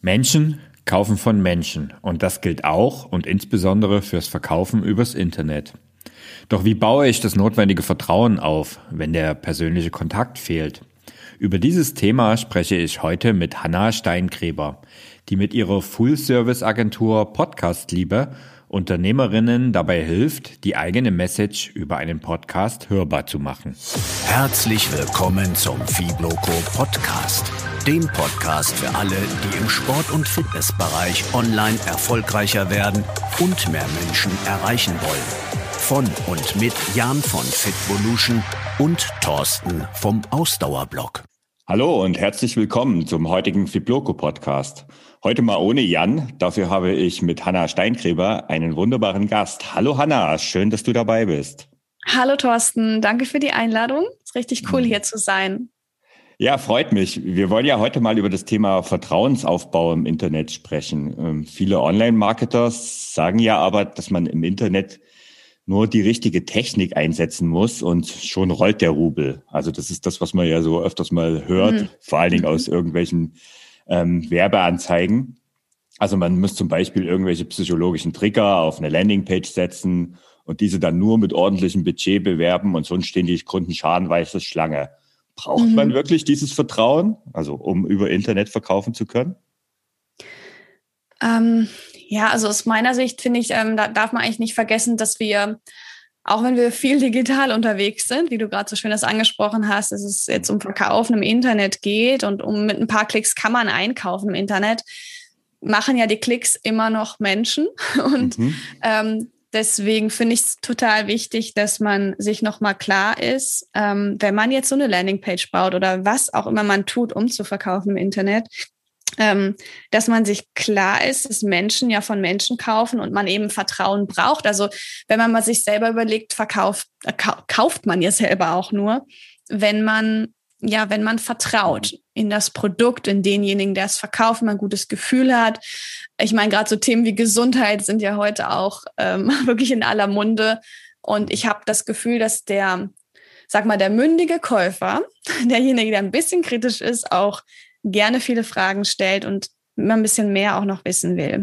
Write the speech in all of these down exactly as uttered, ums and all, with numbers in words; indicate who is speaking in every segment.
Speaker 1: Menschen kaufen von Menschen und das gilt auch und insbesondere fürs Verkaufen übers Internet. Doch wie baue ich das notwendige Vertrauen auf, wenn der persönliche Kontakt fehlt? Über dieses Thema spreche ich heute mit Hanna Steingräber, die mit ihrer Full-Service-Agentur Podcast-Liebe Unternehmerinnen dabei hilft, die eigene Message über einen Podcast hörbar zu machen.
Speaker 2: Herzlich willkommen zum Fibloco Podcast, dem Podcast für alle, die im Sport- und Fitnessbereich online erfolgreicher werden und mehr Menschen erreichen wollen. Von und mit Jan von Fitvolution und Thorsten vom Ausdauerblog.
Speaker 1: Hallo und herzlich willkommen zum heutigen Fibloco Podcast. Heute mal ohne Jan, dafür habe ich mit Hanna Steingräber einen wunderbaren Gast. Hallo Hanna, schön, dass du dabei bist.
Speaker 3: Hallo Thorsten, danke für die Einladung. Ist richtig cool, hier zu sein.
Speaker 1: Ja, freut mich. Wir wollen ja heute mal über das Thema Vertrauensaufbau im Internet sprechen. Ähm, viele Online-Marketer sagen ja aber, dass man im Internet nur die richtige Technik einsetzen muss und schon rollt der Rubel. Also das ist das, was man ja so öfters mal hört, mhm. vor allen Dingen aus irgendwelchen ähm, Werbeanzeigen. Also man muss zum Beispiel irgendwelche psychologischen Trigger auf eine Landingpage setzen und diese dann nur mit ordentlichem Budget bewerben und sonst stehen die Kunden scharenweise Schlange. Braucht mhm. man wirklich dieses Vertrauen, also um über Internet verkaufen zu können?
Speaker 3: Ähm, ja, also aus meiner Sicht finde ich, ähm, da darf man eigentlich nicht vergessen, dass wir, auch wenn wir viel digital unterwegs sind, wie du gerade so schön das angesprochen hast, dass es jetzt um Verkaufen im Internet geht und um mit ein paar Klicks kann man einkaufen im Internet, machen ja die Klicks immer noch Menschen und mhm. ähm, deswegen finde ich es total wichtig, dass man sich nochmal klar ist, ähm, wenn man jetzt so eine Landingpage baut oder was auch immer man tut, um zu verkaufen im Internet, ähm, dass man sich klar ist, dass Menschen ja von Menschen kaufen und man eben Vertrauen braucht. Also wenn man mal sich selber überlegt, verkauft, äh, kauft man ja selber auch nur, wenn man ja, wenn man vertraut in das Produkt, in denjenigen, der es verkauft, man ein gutes Gefühl hat. Ich meine, gerade so Themen wie Gesundheit sind ja heute auch ähm, wirklich in aller Munde. Und ich habe das Gefühl, dass der, sag mal, der mündige Käufer, derjenige, der ein bisschen kritisch ist, auch gerne viele Fragen stellt und immer ein bisschen mehr auch noch wissen will.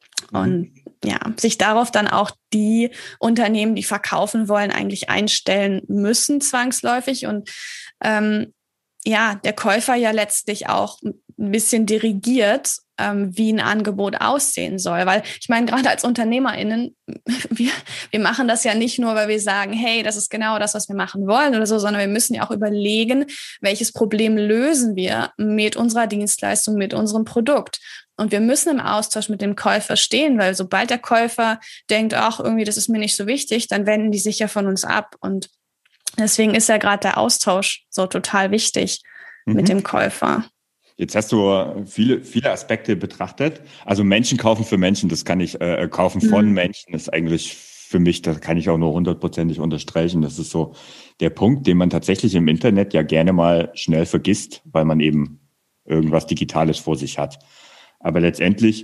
Speaker 3: Und ja, sich darauf dann auch die Unternehmen, die verkaufen wollen, eigentlich einstellen müssen zwangsläufig und ähm, ja, der Käufer ja letztlich auch ein bisschen dirigiert, ähm, wie ein Angebot aussehen soll. Weil ich meine, gerade als UnternehmerInnen, wir, wir machen das ja nicht nur, weil wir sagen, hey, das ist genau das, was wir machen wollen oder so, sondern wir müssen ja auch überlegen, welches Problem lösen wir mit unserer Dienstleistung, mit unserem Produkt. Und wir müssen im Austausch mit dem Käufer stehen, weil sobald der Käufer denkt, ach, irgendwie, das ist mir nicht so wichtig, dann wenden die sich ja von uns ab. Und deswegen ist ja gerade der Austausch so total wichtig mhm. mit dem Käufer.
Speaker 1: Jetzt hast du viele, viele Aspekte betrachtet. Also Menschen kaufen für Menschen, das kann ich, äh, kaufen von mhm. Menschen, ist eigentlich für mich, das kann ich auch nur hundertprozentig unterstreichen. Das ist so der Punkt, den man tatsächlich im Internet ja gerne mal schnell vergisst, weil man eben irgendwas Digitales vor sich hat. Aber letztendlich,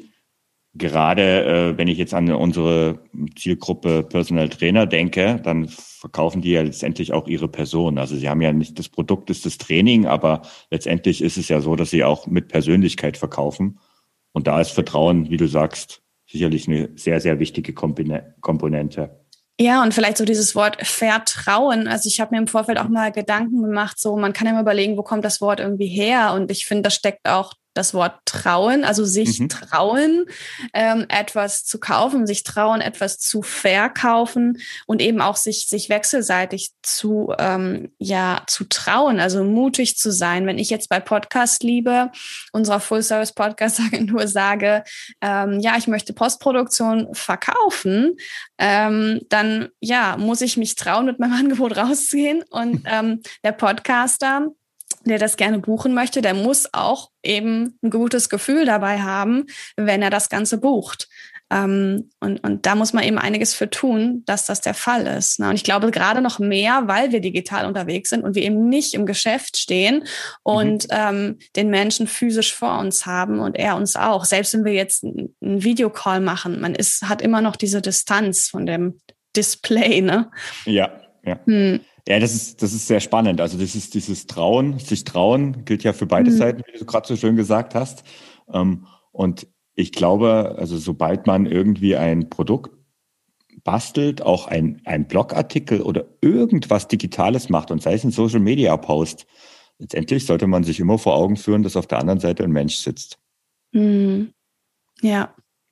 Speaker 1: gerade äh, wenn ich jetzt an unsere Zielgruppe Personal Trainer denke, dann verkaufen die ja letztendlich auch ihre Person. Also sie haben ja nicht, das Produkt ist das Training, aber letztendlich ist es ja so, dass sie auch mit Persönlichkeit verkaufen. Und da ist Vertrauen, wie du sagst, sicherlich eine sehr, sehr wichtige Komponente.
Speaker 3: Ja, und vielleicht so dieses Wort Vertrauen. Also ich habe mir im Vorfeld auch mal Gedanken gemacht, so man kann ja mal überlegen, wo kommt das Wort irgendwie her? Und ich finde, da steckt auch das Wort trauen, also sich mhm. trauen, ähm, etwas zu kaufen, sich trauen, etwas zu verkaufen und eben auch sich sich wechselseitig zu ähm, ja zu trauen, also mutig zu sein. Wenn ich jetzt bei Podcast Liebe, unserer Full-Service-Podcast-Agentur sage, ähm, ja, ich möchte Postproduktion verkaufen, ähm, dann ja muss ich mich trauen, mit meinem Angebot rauszugehen und ähm, der Podcaster, der das gerne buchen möchte, der muss auch eben ein gutes Gefühl dabei haben, wenn er das Ganze bucht. Ähm, und, und da muss man eben einiges für tun, dass das der Fall ist. Ne? Und ich glaube gerade noch mehr, weil wir digital unterwegs sind und wir eben nicht im Geschäft stehen und mhm. ähm, den Menschen physisch vor uns haben und er uns auch. Selbst wenn wir jetzt einen Videocall machen, man ist, hat immer noch diese Distanz von dem Display. Ne?
Speaker 1: Ja, ja. Hm. Ja, das ist, das ist sehr spannend. Also das ist dieses Trauen, sich trauen, gilt ja für beide mhm. Seiten, wie du gerade so schön gesagt hast. Und ich glaube, also sobald man irgendwie ein Produkt bastelt, auch ein, ein Blogartikel oder irgendwas Digitales macht und sei es ein Social-Media-Post, letztendlich sollte man sich immer vor Augen führen, dass auf der anderen Seite ein Mensch sitzt.
Speaker 3: Mhm. Ja.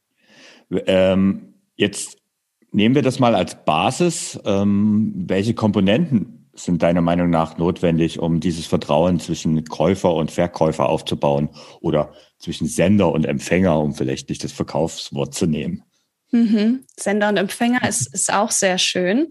Speaker 1: Ähm, jetzt nehmen wir das mal als Basis. Ähm, welche Komponenten sind deiner Meinung nach notwendig, um dieses Vertrauen zwischen Käufer und Verkäufer aufzubauen oder zwischen Sender und Empfänger, um vielleicht nicht das Verkaufswort zu nehmen?
Speaker 3: Mhm. Sender und Empfänger ist, ist auch sehr schön,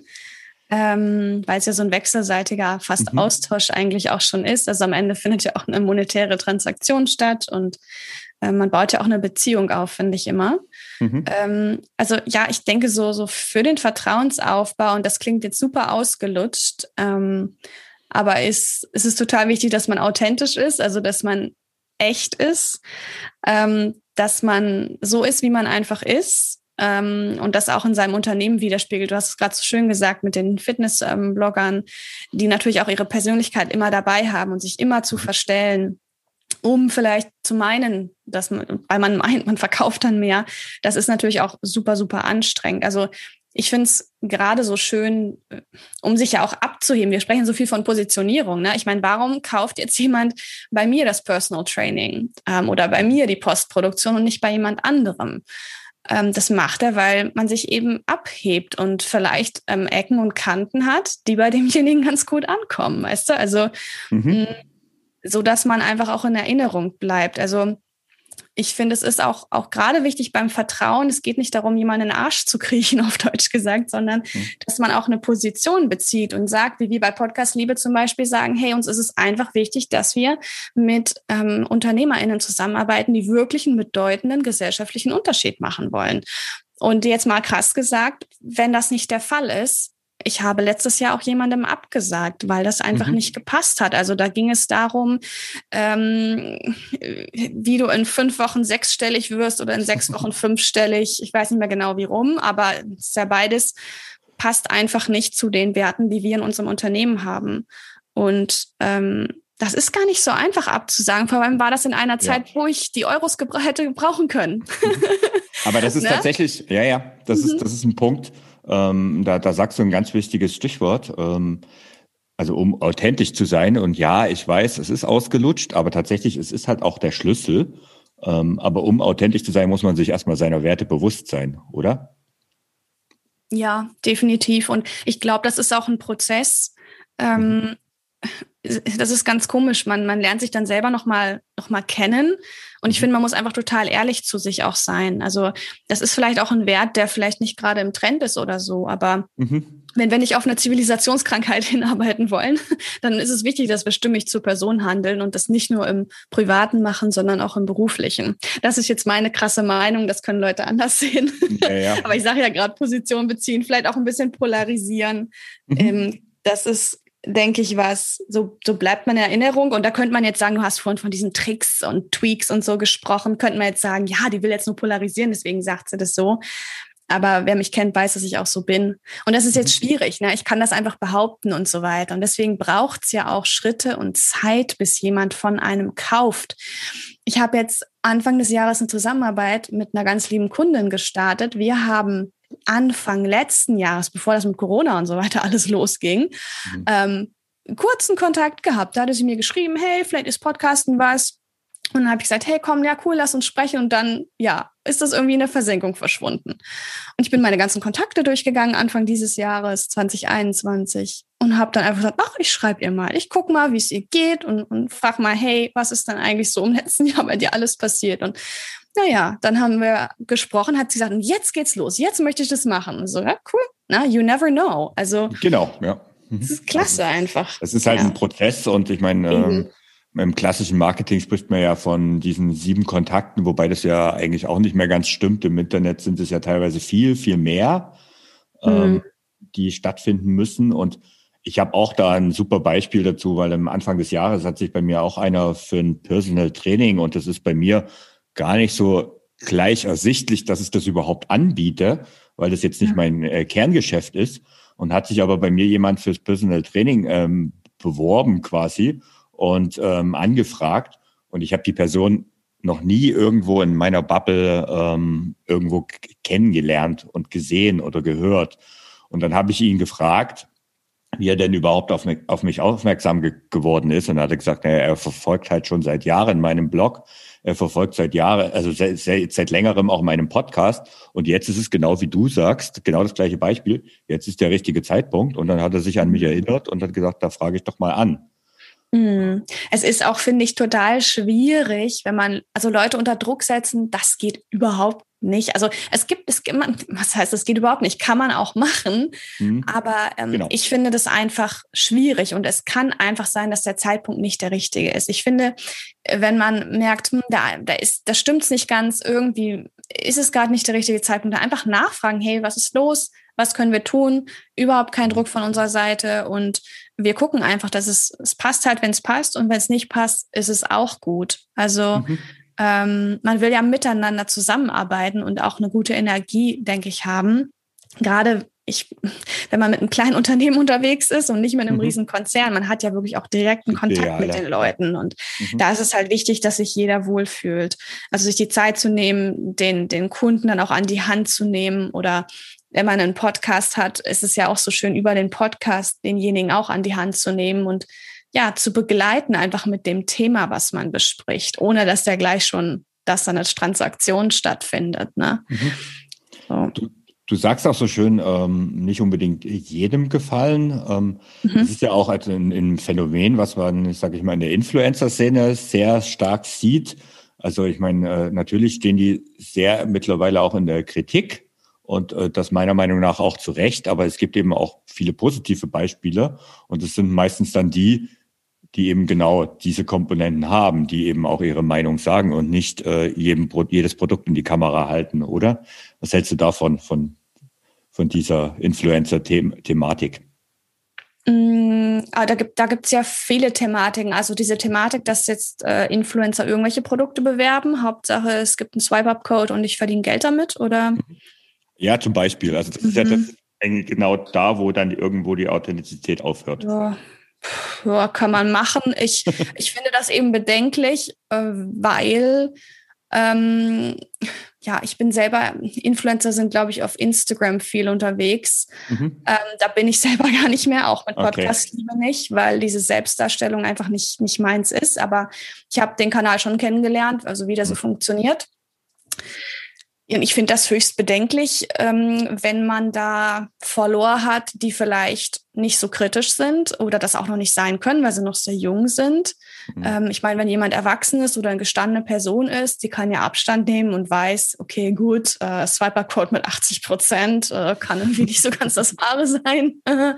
Speaker 3: ähm, weil es ja so ein wechselseitiger fast
Speaker 1: Mhm.
Speaker 3: Austausch eigentlich auch schon ist. Also am Ende findet ja auch eine monetäre Transaktion statt und äh, man baut ja auch eine Beziehung auf, finde ich immer.
Speaker 1: Mhm.
Speaker 3: Ähm, also ja, ich denke so, so für den Vertrauensaufbau, und das klingt jetzt super ausgelutscht, ähm, aber ist, ist es total wichtig, dass man authentisch ist, also dass man echt ist, ähm, dass man so ist, wie man einfach ist. Ähm, und das auch in seinem Unternehmen widerspiegelt. Du hast es gerade so schön gesagt mit den Fitness-Bloggern, ähm, die natürlich auch ihre Persönlichkeit immer dabei haben und sich immer zu verstellen, um vielleicht zu meinen, dass man, weil man meint, man verkauft dann mehr. Das ist natürlich auch super, super anstrengend. Also ich finde es gerade so schön, um sich ja auch abzuheben. Wir sprechen so viel von Positionierung. Ne? Ich meine, warum kauft jetzt jemand bei mir das Personal Training ähm, oder bei mir die Postproduktion und nicht bei jemand anderem? Ähm, das macht er, weil man sich eben abhebt und vielleicht ähm, Ecken und Kanten hat, die bei demjenigen ganz gut ankommen, weißt du? Also
Speaker 1: Mhm.
Speaker 3: mh, so, dass man einfach auch in Erinnerung bleibt. Also ich finde, es ist auch, auch gerade wichtig beim Vertrauen. Es geht nicht darum, jemanden in den Arsch zu kriechen, auf Deutsch gesagt, sondern mhm. dass man auch eine Position bezieht und sagt, wie wir bei Podcast Liebe zum Beispiel sagen, hey, uns ist es einfach wichtig, dass wir mit ähm, UnternehmerInnen zusammenarbeiten, die wirklich einen bedeutenden gesellschaftlichen Unterschied machen wollen. Und jetzt mal krass gesagt, wenn das nicht der Fall ist, ich habe letztes Jahr auch jemandem abgesagt, weil das einfach mhm. nicht gepasst hat. Also da ging es darum, ähm, wie du in fünf Wochen sechsstellig wirst oder in sechs Wochen fünfstellig. Ich weiß nicht mehr genau wie rum, aber es ist ja beides, passt einfach nicht zu den Werten, die wir in unserem Unternehmen haben. Und ähm, das ist gar nicht so einfach abzusagen. Vor allem war das in einer Zeit, ja. wo ich die Euros gebra- hätte gebrauchen können.
Speaker 1: Aber das ist ne? tatsächlich, ja, ja, das mhm. ist, das ist ein Punkt. Ähm, da, da sagst du ein ganz wichtiges Stichwort. Ähm, also um authentisch zu sein. Und ja, ich weiß, es ist ausgelutscht, aber tatsächlich, es ist halt auch der Schlüssel. Ähm, aber um authentisch zu sein, muss man sich erstmal seiner Werte bewusst sein, oder?
Speaker 3: Ja, definitiv. Und ich glaube, das ist auch ein Prozess. Ähm, mhm. Das ist ganz komisch. Man, man lernt sich dann selber noch mal, noch mal kennen. Und ich finde, man muss einfach total ehrlich zu sich auch sein. Also das ist vielleicht auch ein Wert, der vielleicht nicht gerade im Trend ist oder so. Aber mhm. wenn wir nicht auf eine Zivilisationskrankheit hinarbeiten wollen, dann ist es wichtig, dass wir stimmig zur Person handeln und das nicht nur im Privaten machen, sondern auch im Beruflichen. Das ist jetzt meine krasse Meinung. Das können Leute anders sehen. Ja, ja. Aber ich sage ja gerade Position beziehen, vielleicht auch ein bisschen polarisieren. Mhm. Ähm, das ist denke ich, was, so, so bleibt man in Erinnerung. Und da könnte man jetzt sagen, du hast vorhin von diesen Tricks und Tweaks und so gesprochen, könnte man jetzt sagen, ja, die will jetzt nur polarisieren, deswegen sagt sie das so. Aber wer mich kennt, weiß, dass ich auch so bin. Und das ist jetzt schwierig, ne? Ich kann das einfach behaupten und so weiter. Und deswegen braucht es ja auch Schritte und Zeit, bis jemand von einem kauft. Ich habe jetzt Anfang des Jahres eine Zusammenarbeit mit einer ganz lieben Kundin gestartet. Wir haben Anfang letzten Jahres, bevor das mit Corona und so weiter alles losging, mhm. ähm, kurzen Kontakt gehabt. Da hatte sie mir geschrieben, hey, vielleicht ist Podcasten was. Und dann habe ich gesagt, hey, komm, ja, cool, lass uns sprechen. Und dann, ja, ist das irgendwie in der Versenkung verschwunden. Und ich bin meine ganzen Kontakte durchgegangen, Anfang dieses Jahres, zwanzig einundzwanzig. Und habe dann einfach gesagt, ach, ich schreibe ihr mal. Ich gucke mal, wie es ihr geht und, und frage mal, hey, was ist dann eigentlich so im letzten Jahr bei dir alles passiert? Und naja, dann haben wir gesprochen, hat sie gesagt, jetzt geht's los, jetzt möchte ich das machen. Und so, ja, cool, na, you never know. Also
Speaker 1: genau, ja.
Speaker 3: Das ist klasse also, einfach.
Speaker 1: Es ist halt ja. ein Prozess und ich meine, ähm, im klassischen Marketing spricht man ja von diesen sieben Kontakten, wobei das ja eigentlich auch nicht mehr ganz stimmt. Im Internet sind es ja teilweise viel, viel mehr, mhm. ähm, die stattfinden müssen. Und ich habe auch da ein super Beispiel dazu, weil am Anfang des Jahres hat sich bei mir auch einer für ein Personal Training, und das ist bei mir gar nicht so gleich ersichtlich, dass ich das überhaupt anbiete, weil das jetzt nicht ja. mein äh, Kerngeschäft ist. Und hat sich aber bei mir jemand fürs Personal Training ähm, beworben quasi und ähm, angefragt. Und ich habe die Person noch nie irgendwo in meiner Bubble ähm, irgendwo k- kennengelernt und gesehen oder gehört. Und dann habe ich ihn gefragt, wie er denn überhaupt auf mich, auf mich aufmerksam ge- geworden ist. Und er hat gesagt, naja, er verfolgt halt schon seit Jahren meinen Blog. Er verfolgt seit Jahren, also seit, seit, seit längerem auch meinen Podcast. Und jetzt ist es genau wie du sagst, genau das gleiche Beispiel. Jetzt ist der richtige Zeitpunkt. Und dann hat er sich an mich erinnert und hat gesagt, da frage ich doch mal an.
Speaker 3: Es ist auch, finde ich, total schwierig, wenn man, also Leute unter Druck setzen, das geht überhaupt nicht. Also es gibt, es gibt, was heißt, es geht überhaupt nicht, kann man auch machen,
Speaker 1: Hm,
Speaker 3: aber ähm,
Speaker 1: genau.
Speaker 3: ich finde das einfach schwierig und es kann einfach sein, dass der Zeitpunkt nicht der richtige ist. Ich finde, wenn man merkt, hm, da, da ist, da stimmt's nicht ganz, irgendwie ist es gerade nicht der richtige Zeitpunkt, da einfach nachfragen, hey, was ist los? Was können wir tun? Überhaupt kein Druck von unserer Seite und wir gucken einfach, dass es, es passt halt, wenn es passt und wenn es nicht passt, ist es auch gut. Also
Speaker 1: Mhm.
Speaker 3: ähm, man will ja miteinander zusammenarbeiten und auch eine gute Energie, denke ich, haben. Gerade ich, wenn man mit einem kleinen Unternehmen unterwegs ist und nicht mit einem
Speaker 1: Mhm.
Speaker 3: riesen Konzern, man hat ja wirklich auch direkten Kontakt mit
Speaker 1: Idealer.
Speaker 3: den Leuten und
Speaker 1: Mhm.
Speaker 3: da ist es halt wichtig, dass sich jeder wohlfühlt. Also sich die Zeit zu nehmen, den, den Kunden dann auch an die Hand zu nehmen oder wenn man einen Podcast hat, ist es ja auch so schön, über den Podcast denjenigen auch an die Hand zu nehmen und ja, zu begleiten einfach mit dem Thema, was man bespricht, ohne dass der gleich schon, dass da eine Transaktion stattfindet. Ne?
Speaker 1: Mhm.
Speaker 3: So.
Speaker 1: Du, du sagst auch so schön, ähm, nicht unbedingt jedem gefallen. Ähm,
Speaker 3: Mhm.
Speaker 1: Das ist ja auch also ein, ein Phänomen, was man, sage ich mal, in der Influencer-Szene sehr stark sieht. Also ich meine, äh, natürlich stehen die sehr mittlerweile auch in der Kritik und äh, das meiner Meinung nach auch zu Recht. Aber es gibt eben auch viele positive Beispiele und es sind meistens dann die, die eben genau diese Komponenten haben, die eben auch ihre Meinung sagen und nicht äh, jedem Pro- jedes Produkt in die Kamera halten, oder? Was hältst du davon, von, von dieser Influencer-Thematik?
Speaker 3: Mm, ah, da gibt da gibt's ja viele Thematiken. Also diese Thematik, dass jetzt äh, Influencer irgendwelche Produkte bewerben. Hauptsache, es gibt einen Swipe-Up-Code und ich verdiene Geld damit, oder?
Speaker 1: Ja, zum Beispiel. Also das ist ja das
Speaker 3: Mhm.
Speaker 1: eigentlich genau da, wo dann irgendwo die Authentizität aufhört.
Speaker 3: Ja. Puh, ja, kann man machen. Ich, ich finde das eben bedenklich, äh, weil ähm, ja, ich bin selber, Influencer sind, glaube ich, auf Instagram viel unterwegs.
Speaker 1: Mhm.
Speaker 3: Ähm, da bin ich selber gar nicht mehr, auch mit
Speaker 1: Okay.
Speaker 3: Podcast lieber nicht, weil diese Selbstdarstellung einfach nicht, nicht meins ist. Aber ich habe den Kanal schon kennengelernt, also wie der so
Speaker 1: Mhm.
Speaker 3: funktioniert. Und ich finde das höchst bedenklich, ähm, wenn man da Follower hat, die vielleicht nicht so kritisch sind oder das auch noch nicht sein können, weil sie noch sehr jung sind.
Speaker 1: Mhm.
Speaker 3: Ähm, ich meine, wenn jemand erwachsen ist oder eine gestandene Person ist, die kann ja Abstand nehmen und weiß, okay, gut, äh, Swiper-Code mit achtzig Prozent äh, kann irgendwie nicht so ganz das Wahre sein.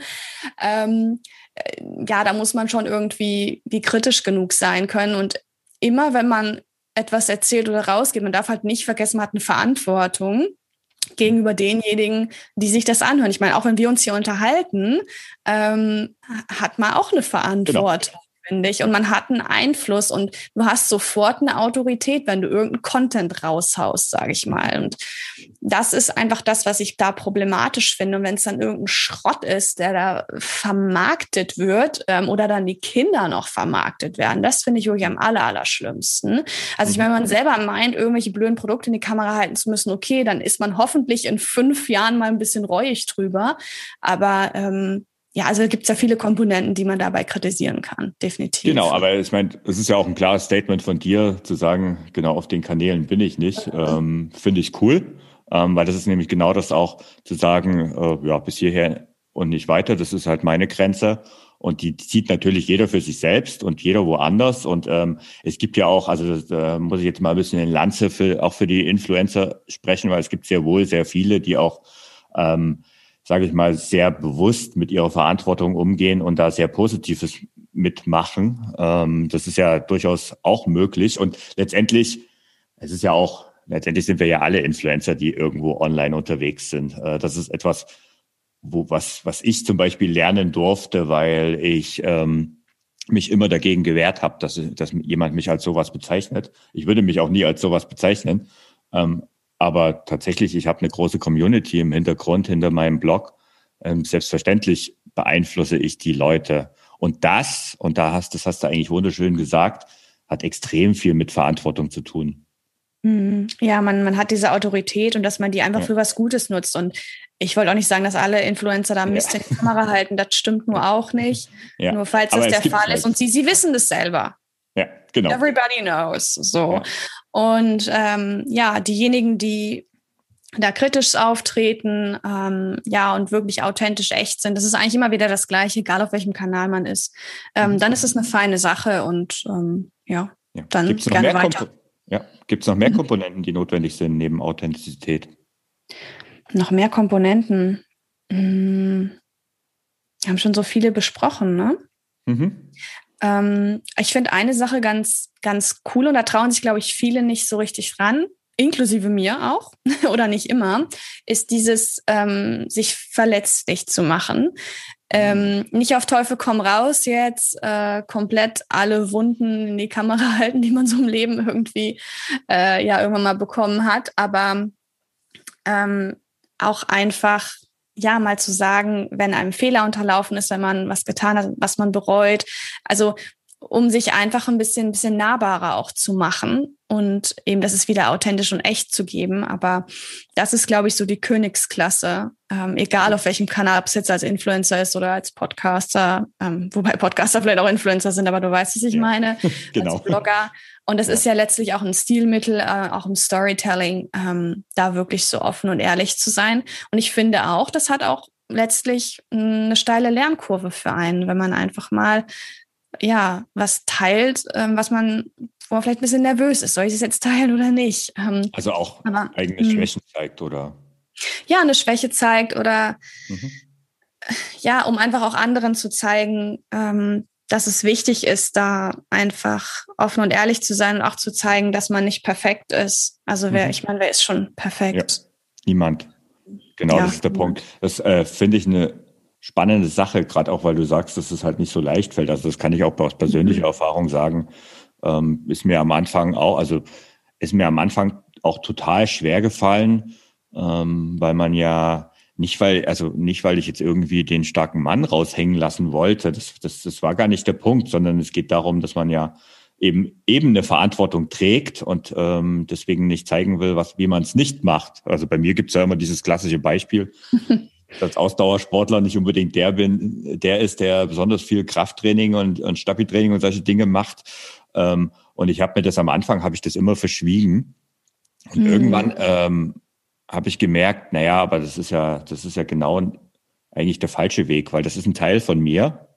Speaker 3: ähm, äh, ja, da muss man schon irgendwie wie kritisch genug sein können. Und immer, wenn man etwas erzählt oder rausgeht, man darf halt nicht vergessen, man hat eine Verantwortung gegenüber denjenigen, die sich das anhören. Ich meine, auch wenn wir uns hier unterhalten, ähm, hat man auch eine Verantwortung, genau, finde ich. Und man hat einen Einfluss und du hast sofort eine Autorität, wenn du irgendeinen Content raushaust, sage ich mal. Und das ist einfach das, was ich da problematisch finde. Und wenn es dann irgendein Schrott ist, der da vermarktet wird ähm, oder dann die Kinder noch vermarktet werden, das finde ich wirklich am aller, aller schlimmsten. Also ich meine, wenn man selber meint, irgendwelche blöden Produkte in die Kamera halten zu müssen, okay, dann ist man hoffentlich in fünf Jahren mal ein bisschen reuig drüber. Aber ähm, ja, also gibt es ja viele Komponenten, die man dabei kritisieren kann, definitiv.
Speaker 1: Genau, aber ich meine, es ist ja auch ein klares Statement von dir, zu sagen, genau auf den Kanälen bin ich nicht. Ähm, finde ich cool, ähm, weil das ist nämlich genau das auch, zu sagen, äh, ja, bis hierher und nicht weiter, das ist halt meine Grenze. Und die zieht natürlich jeder für sich selbst und jeder woanders. Und ähm, es gibt ja auch, also da äh, muss ich jetzt mal ein bisschen in Lanze für, auch für die Influencer sprechen, weil es gibt sehr wohl sehr viele, die auch ähm, sage ich mal, sehr bewusst mit ihrer Verantwortung umgehen und da sehr Positives mitmachen. Ähm, das ist ja durchaus auch möglich. Und letztendlich, es ist ja auch, letztendlich sind wir ja alle Influencer, die irgendwo online unterwegs sind. Äh, das ist etwas, wo was, was ich zum Beispiel lernen durfte, weil ich ähm, mich immer dagegen gewehrt habe, dass, dass jemand mich als sowas bezeichnet. Ich würde mich auch nie als sowas bezeichnen. Ähm, Aber tatsächlich, ich habe eine große Community im Hintergrund hinter meinem Blog. Ähm, selbstverständlich beeinflusse ich die Leute. Und das, und da hast, das hast du eigentlich wunderschön gesagt, hat extrem viel mit Verantwortung zu tun.
Speaker 3: Ja, man, man hat diese Autorität und dass man die einfach ja. für was Gutes nutzt. Und ich wollte auch nicht sagen, dass alle Influencer da Mist ja. in die Kamera halten. Das stimmt nur auch nicht. Ja. Nur falls Aber das der Fall halt. ist. Und sie, sie wissen das selber.
Speaker 1: Ja, genau.
Speaker 3: Everybody knows. So. Ja. Und ähm, ja, diejenigen, die da kritisch auftreten, ähm, ja, und wirklich authentisch echt sind, das ist eigentlich immer wieder das Gleiche, egal auf welchem Kanal man ist. Ähm, mhm. Dann ist es eine feine Sache und ähm, ja, ja, dann
Speaker 1: Gibt's noch
Speaker 3: gerne
Speaker 1: mehr
Speaker 3: weiter.
Speaker 1: Komp- ja, gibt es noch mehr Komponenten, die notwendig sind neben Authentizität?
Speaker 3: Noch mehr Komponenten? Hm. Wir haben schon so viele besprochen, ne? Mhm. Ähm, ich finde eine Sache ganz, ganz cool und da trauen sich, glaube ich, viele nicht so richtig ran, inklusive mir auch, oder nicht immer, ist dieses, ähm, sich verletzlich zu machen. Ähm, nicht auf Teufel komm raus jetzt äh, komplett alle Wunden in die Kamera halten, die man so im Leben irgendwie äh, ja irgendwann mal bekommen hat, aber ähm, auch einfach ja mal zu sagen, wenn einem Fehler unterlaufen ist, wenn man was getan hat, was man bereut, also um sich einfach ein bisschen, ein bisschen nahbarer auch zu machen und eben, das ist wieder authentisch und echt zu geben. Aber das ist, glaube ich, so die Königsklasse, ähm, egal auf welchem Kanal, ob es jetzt als Influencer ist oder als Podcaster, ähm, wobei Podcaster vielleicht auch Influencer sind, aber du weißt, was ich ja. meine,
Speaker 1: genau.
Speaker 3: als Blogger. Und das ja. ist ja letztlich auch ein Stilmittel, äh, auch im Storytelling, ähm, da wirklich so offen und ehrlich zu sein. Und ich finde auch, das hat auch letztlich eine steile Lernkurve für einen, wenn man einfach mal ja, was teilt, ähm, was man, wo man vielleicht ein bisschen nervös ist. Soll ich es jetzt teilen oder nicht? Ähm,
Speaker 1: also auch
Speaker 3: aber,
Speaker 1: eigene Schwächen zeigt, oder?
Speaker 3: Ja, eine Schwäche zeigt oder
Speaker 1: mhm.
Speaker 3: ja, um einfach auch anderen zu zeigen, ähm, dass es wichtig ist, da einfach offen und ehrlich zu sein und auch zu zeigen, dass man nicht perfekt ist. Also wer, mhm. ich meine, wer ist schon perfekt?
Speaker 1: Ja. Niemand. Genau, ja, das ist der niemand. Punkt. Das äh, finde ich eine spannende Sache, gerade auch, weil du sagst, dass es halt nicht so leicht fällt. Also das kann ich auch aus persönlicher mhm. Erfahrung sagen. Ähm, ist mir am Anfang auch, also ist mir am Anfang auch total schwer gefallen, ähm, weil man ja nicht, weil, also nicht, weil ich jetzt irgendwie den starken Mann raushängen lassen wollte. Das, das, das war gar nicht der Punkt, sondern es geht darum, dass man ja eben eben eine Verantwortung trägt und ähm, deswegen nicht zeigen will, was wie man es nicht macht. Also bei mir gibt es ja immer dieses klassische Beispiel. Als Ausdauersportler nicht unbedingt der bin, der ist, der besonders viel Krafttraining und, und Stabi-Training und solche Dinge macht. Ähm, und ich habe mir das am Anfang, habe ich das immer verschwiegen. Und mhm. irgendwann ähm, habe ich gemerkt, naja, aber das ist ja, das ist ja genau eigentlich der falsche Weg, weil das ist ein Teil von mir.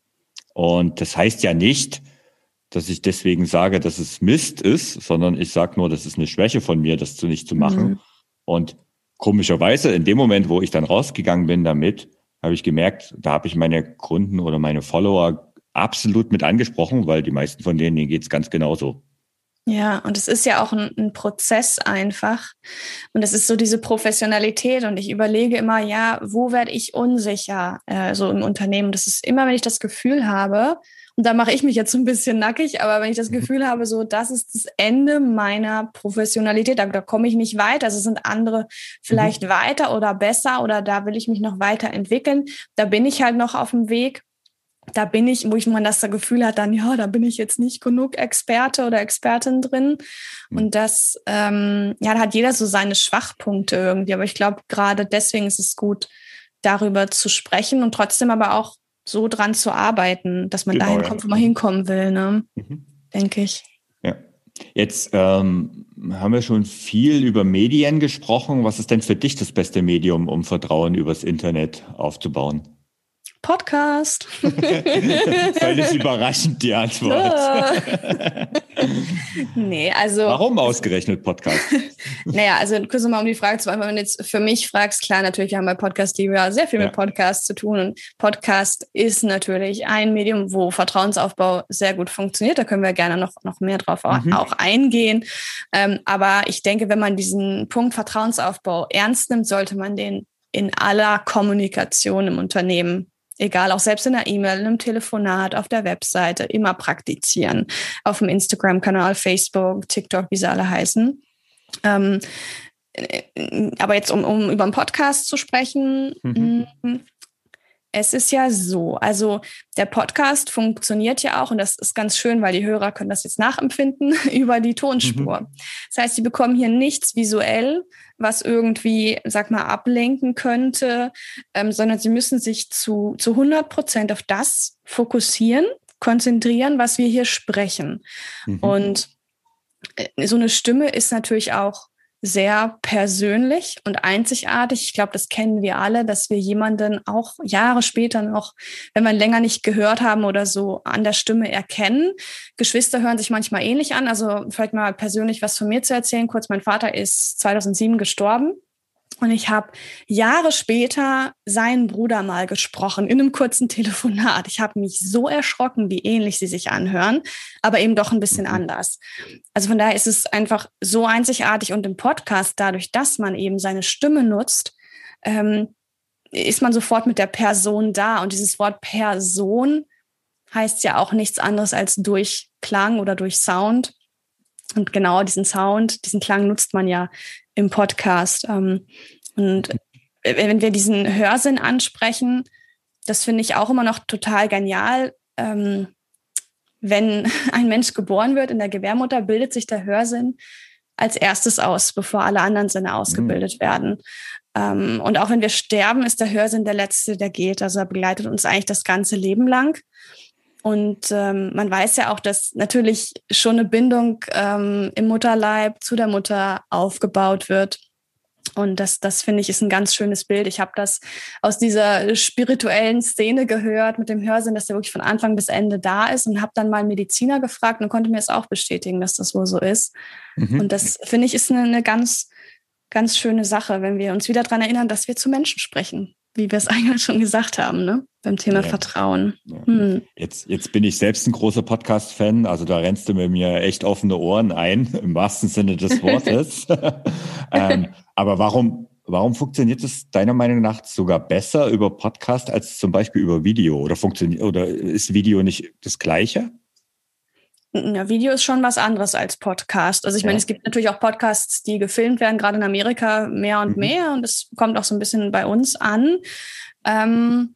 Speaker 1: Und das heißt ja nicht, dass ich deswegen sage, dass es Mist ist, sondern ich sage nur, das ist eine Schwäche von mir, das zu nicht zu machen. Mhm. Und komischerweise, in dem Moment, wo ich dann rausgegangen bin damit, habe ich gemerkt, da habe ich meine Kunden oder meine Follower absolut mit angesprochen, weil die meisten von denen, denen geht es ganz genauso.
Speaker 3: Ja, und es ist ja auch ein, ein Prozess einfach. Und es ist so diese Professionalität. Und ich überlege immer, ja, wo werde ich unsicher äh, so im Unternehmen? Das ist immer, wenn ich das Gefühl habe, und da mache ich mich jetzt so ein bisschen nackig, aber wenn ich das Gefühl habe, so, das ist das Ende meiner Professionalität, da, da komme ich nicht weiter, also sind andere vielleicht mhm. weiter oder besser oder da will ich mich noch weiterentwickeln, da bin ich halt noch auf dem Weg, da bin ich, wo ich man das Gefühl hat, dann, ja, da bin ich jetzt nicht genug Experte oder Expertin drin mhm. und das, ähm, ja, da hat jeder so seine Schwachpunkte irgendwie, aber ich glaube, gerade deswegen ist es gut, darüber zu sprechen und trotzdem aber auch so dran zu arbeiten, dass man genau, dahin kommt, ja. wo man hinkommen will, ne? Mhm. Denke ich.
Speaker 1: Ja. Jetzt ähm, haben wir schon viel über Medien gesprochen. Was ist denn für dich das beste Medium, um Vertrauen übers Internet aufzubauen?
Speaker 3: Podcast.
Speaker 1: Völlig überraschend die Antwort.
Speaker 3: Ja. Nee, also.
Speaker 1: Warum ausgerechnet Podcast?
Speaker 3: Naja, also kurz nochmal um die Frage zu beantworten, wenn du jetzt für mich fragst, klar, natürlich, wir haben bei Podcast T V ja sehr viel ja. mit Podcast zu tun und Podcast ist natürlich ein Medium, wo Vertrauensaufbau sehr gut funktioniert. Da können wir gerne noch, noch mehr drauf mhm. auch eingehen. Ähm, aber ich denke, wenn man diesen Punkt Vertrauensaufbau ernst nimmt, sollte man den in aller Kommunikation im Unternehmen, egal, auch selbst in der E-Mail, in einem Telefonat, auf der Webseite, immer praktizieren. Auf dem Instagram-Kanal, Facebook, TikTok, wie sie alle heißen. Ähm, aber jetzt, um, um über einen Podcast zu sprechen, mhm. Es ist ja so, also der Podcast funktioniert ja auch, und das ist ganz schön, weil die Hörer können das jetzt nachempfinden, über die Tonspur. Mhm. Das heißt, sie bekommen hier nichts visuell, was irgendwie, sag mal, ablenken könnte, ähm, sondern sie müssen sich zu, zu hundert Prozent auf das fokussieren, konzentrieren, was wir hier sprechen. Mhm. Und so eine Stimme ist natürlich auch sehr persönlich und einzigartig. Ich glaube, das kennen wir alle, dass wir jemanden auch Jahre später noch, wenn wir ihn länger nicht gehört haben oder so, an der Stimme erkennen. Geschwister hören sich manchmal ähnlich an. Also vielleicht mal persönlich was von mir zu erzählen. Kurz, mein Vater ist zweitausendsieben gestorben. Und ich habe Jahre später seinen Bruder mal gesprochen in einem kurzen Telefonat. Ich habe mich so erschrocken, wie ähnlich sie sich anhören, aber eben doch ein bisschen mhm. anders. Also von daher ist es einfach so einzigartig. Und im Podcast, dadurch, dass man eben seine Stimme nutzt, ähm, ist man sofort mit der Person da. Und dieses Wort Person heißt ja auch nichts anderes als durch Klang oder durch Sound. Und genau diesen Sound, diesen Klang nutzt man ja im Podcast. Und wenn wir diesen Hörsinn ansprechen, das finde ich auch immer noch total genial. Wenn ein Mensch geboren wird in der Gebärmutter, bildet sich der Hörsinn als erstes aus, bevor alle anderen Sinne ausgebildet mhm. werden. Und auch wenn wir sterben, ist der Hörsinn der letzte, der geht. Also er begleitet uns eigentlich das ganze Leben lang. Und ähm, man weiß ja auch, dass natürlich schon eine Bindung ähm, im Mutterleib zu der Mutter aufgebaut wird. Und das, das finde ich, ist ein ganz schönes Bild. Ich habe das aus dieser spirituellen Szene gehört mit dem Hörsinn, dass der wirklich von Anfang bis Ende da ist, und habe dann mal einen Mediziner gefragt und konnte mir das auch bestätigen, dass das wohl so ist. Mhm. Und das, finde ich, ist eine, eine ganz, ganz schöne Sache, wenn wir uns wieder daran erinnern, dass wir zu Menschen sprechen, wie wir es eigentlich schon gesagt haben, ne? Beim Thema ja. Vertrauen.
Speaker 1: Ja. Hm. Jetzt, jetzt bin ich selbst ein großer Podcast-Fan, also da rennst du mit mir echt offene Ohren ein, im wahrsten Sinne des Wortes. ähm, aber warum, warum funktioniert es deiner Meinung nach sogar besser über Podcast als zum Beispiel über Video? Oder funktioniert, oder ist Video nicht das Gleiche?
Speaker 3: Ja, Video ist schon was anderes als Podcast. Also ich ja. meine, es gibt natürlich auch Podcasts, die gefilmt werden, gerade in Amerika mehr und mhm. mehr, und es kommt auch so ein bisschen bei uns an. Ähm,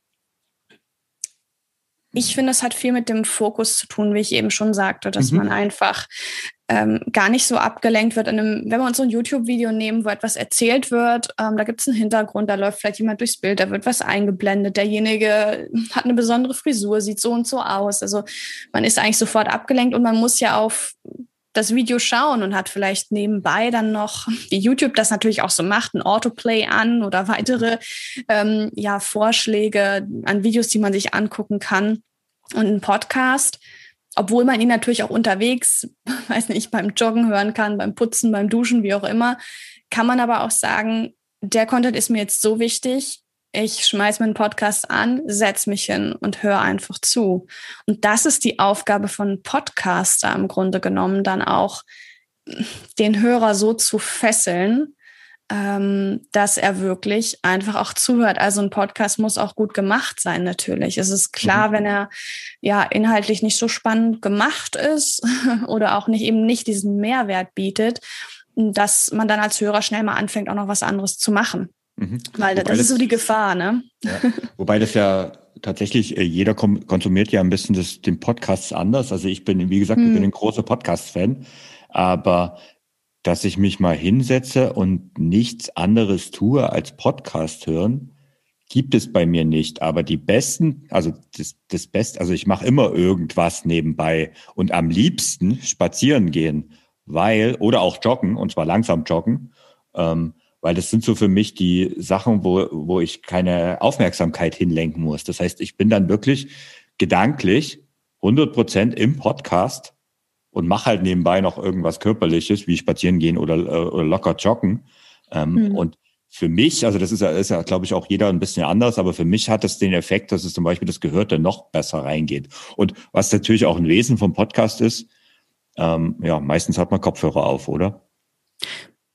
Speaker 3: ich finde, es hat viel mit dem Fokus zu tun, wie ich eben schon sagte, dass mhm. man einfach ähm, gar nicht so abgelenkt wird. In einem, wenn wir uns so ein YouTube-Video nehmen, wo etwas erzählt wird, ähm, da gibt es einen Hintergrund, da läuft vielleicht jemand durchs Bild, da wird was eingeblendet, derjenige hat eine besondere Frisur, sieht so und so aus. Also man ist eigentlich sofort abgelenkt, und man muss ja auf das Video schauen und hat vielleicht nebenbei dann noch, wie YouTube das natürlich auch so macht, ein Autoplay an oder weitere ähm, ja, Vorschläge an Videos, die man sich angucken kann. Und ein Podcast, obwohl man ihn natürlich auch unterwegs, weiß nicht, beim Joggen hören kann, beim Putzen, beim Duschen, wie auch immer, kann man aber auch sagen, der Content ist mir jetzt so wichtig, ich schmeiß mir einen Podcast an, setz mich hin und höre einfach zu. Und das ist die Aufgabe von Podcaster im Grunde genommen, dann auch den Hörer so zu fesseln, ähm, dass er wirklich einfach auch zuhört. Also ein Podcast muss auch gut gemacht sein, natürlich. Es ist klar, mhm. wenn er ja inhaltlich nicht so spannend gemacht ist oder auch nicht eben nicht diesen Mehrwert bietet, dass man dann als Hörer schnell mal anfängt, auch noch was anderes zu machen. Mhm. Weil das, das ist so die Gefahr, ne?
Speaker 1: Ja. Wobei das ja tatsächlich, jeder konsumiert ja ein bisschen das, den Podcast anders. Also ich bin, wie gesagt, mhm. ich bin ein großer Podcast-Fan, aber dass ich mich mal hinsetze und nichts anderes tue als Podcast hören, gibt es bei mir nicht. Aber die besten, also das, das Beste, also ich mache immer irgendwas nebenbei und am liebsten spazieren gehen, weil, oder auch joggen, und zwar langsam joggen, ähm, weil das sind so für mich die Sachen, wo, wo ich keine Aufmerksamkeit hinlenken muss. Das heißt, ich bin dann wirklich gedanklich hundert Prozent im Podcast und mache halt nebenbei noch irgendwas Körperliches, wie spazieren gehen oder, oder locker joggen. Ähm, mhm. Und für mich, also das ist ja, ist ja, glaube ich, auch jeder ein bisschen anders, aber für mich hat das den Effekt, dass es zum Beispiel das Gehörte noch besser reingeht. Und was natürlich auch ein Wesen vom Podcast ist, ähm, ja, meistens hat man Kopfhörer auf, oder?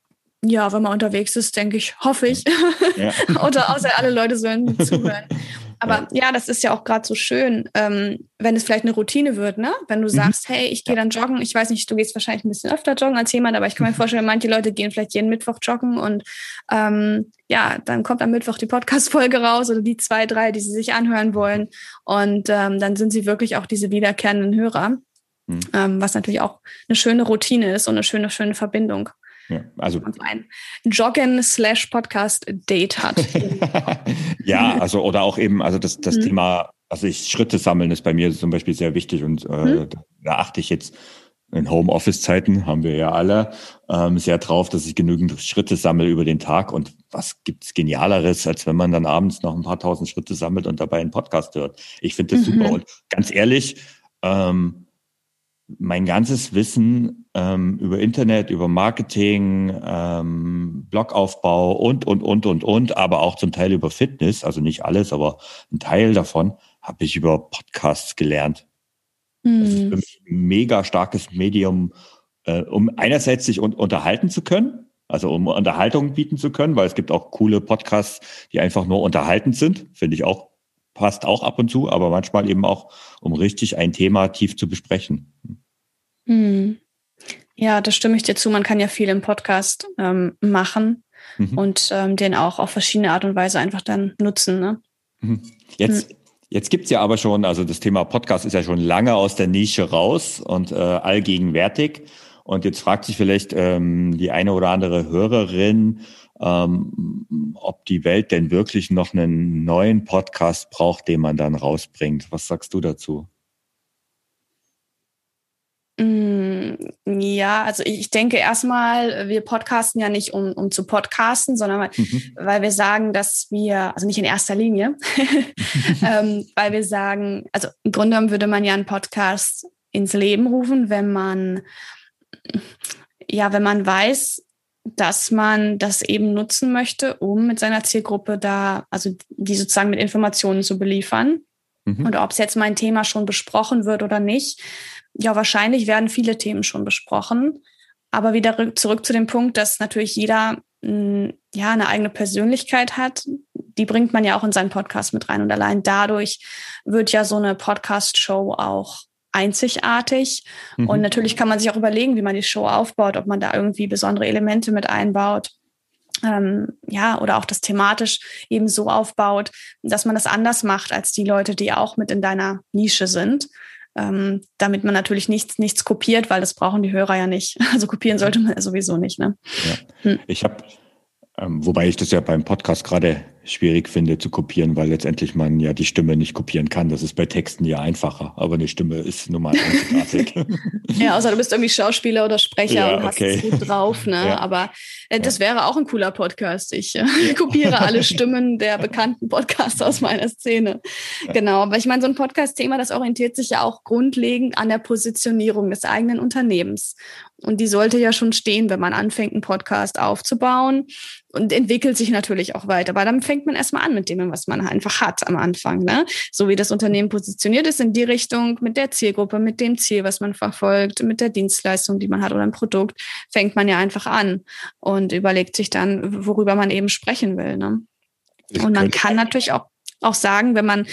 Speaker 3: Ja, wenn man unterwegs ist, denke ich, hoffe ich. Ja. Oder außer alle Leute sollen zuhören. Aber ja. ja, das ist ja auch gerade so schön, ähm, wenn es vielleicht eine Routine wird, ne? Wenn du sagst, mhm. hey, ich gehe dann joggen. Ich weiß nicht, du gehst wahrscheinlich ein bisschen öfter joggen als jemand, aber ich kann mir vorstellen, manche Leute gehen vielleicht jeden Mittwoch joggen und ähm, ja, dann kommt am Mittwoch die Podcast-Folge raus oder die zwei, drei, die sie sich anhören wollen. Und ähm, dann sind sie wirklich auch diese wiederkehrenden Hörer, mhm. ähm, was natürlich auch eine schöne Routine ist und eine schöne, schöne Verbindung.
Speaker 1: Ja, also
Speaker 3: und ein Joggen slash Podcast Date hat.
Speaker 1: Ja, also oder auch eben, also das, das mhm. Thema, also ich Schritte sammeln ist bei mir zum Beispiel sehr wichtig und äh, mhm. da achte ich jetzt in Homeoffice-Zeiten, haben wir ja alle, ähm, sehr drauf, dass ich genügend Schritte sammle über den Tag und was gibt's Genialeres, als wenn man dann abends noch ein paar tausend Schritte sammelt und dabei einen Podcast hört. Ich finde das mhm. super und ganz ehrlich, ähm, mein ganzes Wissen ähm, über Internet, über Marketing, ähm, Blogaufbau und, und, und, und, und, aber auch zum Teil über Fitness, also nicht alles, aber ein Teil davon habe ich über Podcasts gelernt. Mhm. Das ist für mich ein mega starkes Medium, äh, um einerseits sich un- unterhalten zu können, also um Unterhaltung bieten zu können, weil es gibt auch coole Podcasts, die einfach nur unterhaltend sind, finde ich auch, passt auch ab und zu, aber manchmal eben auch, um richtig ein Thema tief zu besprechen.
Speaker 3: Hm. Ja, da stimme ich dir zu. Man kann ja viel im Podcast ähm, machen mhm. und ähm, den auch auf verschiedene Art und Weise einfach dann nutzen. Ne?
Speaker 1: Mhm. Jetzt, hm. jetzt gibt's ja aber schon, also das Thema Podcast ist ja schon lange aus der Nische raus und äh, allgegenwärtig. Und jetzt fragt sich vielleicht ähm, die eine oder andere Hörerin, ähm, ob die Welt denn wirklich noch einen neuen Podcast braucht, den man dann rausbringt. Was sagst du dazu?
Speaker 3: Ja, also ich denke erstmal, wir podcasten ja nicht, um, um zu podcasten, sondern weil, mhm. weil wir sagen, dass wir, also nicht in erster Linie, ähm, weil wir sagen, also im Grunde genommen würde man ja einen Podcast ins Leben rufen, wenn man, ja, wenn man weiß, dass man das eben nutzen möchte, um mit seiner Zielgruppe da, also die sozusagen mit Informationen zu beliefern. Mhm. Und ob es jetzt mein Thema schon besprochen wird oder nicht, ja, wahrscheinlich werden viele Themen schon besprochen. Aber wieder zurück zu dem Punkt, dass natürlich jeder mh, ja eine eigene Persönlichkeit hat. Die bringt man ja auch in seinen Podcast mit rein. Und allein dadurch wird ja so eine Podcast-Show auch einzigartig. Mhm. Und natürlich kann man sich auch überlegen, wie man die Show aufbaut, ob man da irgendwie besondere Elemente mit einbaut. Ähm, ja, oder auch das thematisch eben so aufbaut, dass man das anders macht als die Leute, die auch mit in deiner Nische sind. Ähm, damit man natürlich nichts, nichts kopiert, weil das brauchen die Hörer ja nicht. Also kopieren sollte man ja sowieso nicht. Ne?
Speaker 1: Ja. Hm. Ich habe, ähm, wobei ich das ja beim Podcast gerade schwierig finde zu kopieren, weil letztendlich man ja die Stimme nicht kopieren kann. Das ist bei Texten ja einfacher, aber eine Stimme ist nun mal einzigartig.
Speaker 3: Ja, außer du bist irgendwie Schauspieler oder Sprecher
Speaker 1: ja,
Speaker 3: und hast
Speaker 1: okay.
Speaker 3: es gut drauf. Ne?
Speaker 1: Ja.
Speaker 3: Aber äh, das ja. wäre auch ein cooler Podcast. Ich äh,
Speaker 1: ja.
Speaker 3: kopiere alle Stimmen der bekannten Podcaster aus meiner Szene. Ja. Genau, aber ich meine, so ein Podcast-Thema, das orientiert sich ja auch grundlegend an der Positionierung des eigenen Unternehmens. Und die sollte ja schon stehen, wenn man anfängt, einen Podcast aufzubauen, und entwickelt sich natürlich auch weiter. Aber dann fängt man erstmal an mit dem, was man einfach hat am Anfang. Ne? So wie das Unternehmen positioniert ist in die Richtung, mit der Zielgruppe, mit dem Ziel, was man verfolgt, mit der Dienstleistung, die man hat oder ein Produkt, fängt man ja einfach an und überlegt sich dann, worüber man eben sprechen will. Ne? Und man kann natürlich auch, auch sagen, wenn man,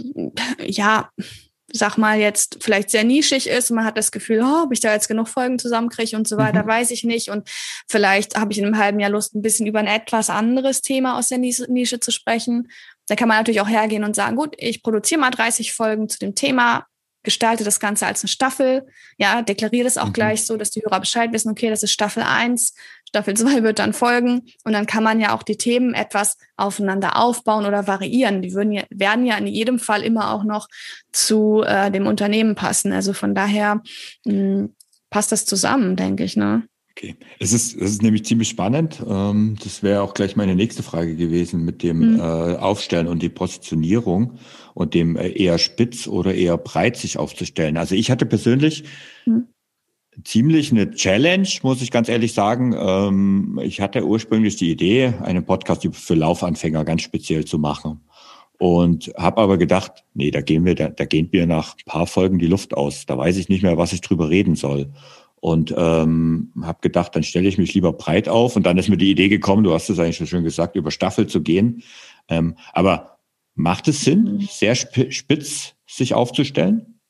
Speaker 3: ja, sag mal jetzt vielleicht sehr nischig ist und man hat das Gefühl, oh, ob ich da jetzt genug Folgen zusammenkriege und so weiter, mhm. weiß ich nicht. Und vielleicht habe ich in einem halben Jahr Lust, ein bisschen über ein etwas anderes Thema aus der Nische zu sprechen. Da kann man natürlich auch hergehen und sagen, gut, ich produziere mal dreißig Folgen zu dem Thema, gestalte das Ganze als eine Staffel, ja, deklariere das auch mhm. gleich so, dass die Hörer Bescheid wissen, okay, das ist Staffel eins, Staffel zwei wird dann folgen und dann kann man ja auch die Themen etwas aufeinander aufbauen oder variieren. Die würden ja, werden ja in jedem Fall immer auch noch zu äh, dem Unternehmen passen. Also von daher mh, passt das zusammen, denke ich, ne?
Speaker 1: Okay, es ist, es ist nämlich ziemlich spannend. Ähm, das wäre auch gleich meine nächste Frage gewesen mit dem mhm. äh, Aufstellen und die Positionierung und dem äh, eher spitz oder eher breit sich aufzustellen. Also ich hatte persönlich mhm. ziemlich eine Challenge, muss ich ganz ehrlich sagen. Ähm, ich hatte ursprünglich die Idee, einen Podcast für Laufanfänger ganz speziell zu machen. Und habe aber gedacht, nee, da gehen wir, da, da gehen wir nach ein paar Folgen die Luft aus. Da weiß ich nicht mehr, was ich drüber reden soll. Und ähm, habe gedacht, dann stelle ich mich lieber breit auf. Und dann ist mir die Idee gekommen, du hast es eigentlich schon schön gesagt, über Staffel zu gehen. Ähm, aber Macht es Sinn, sehr spitz sich aufzustellen?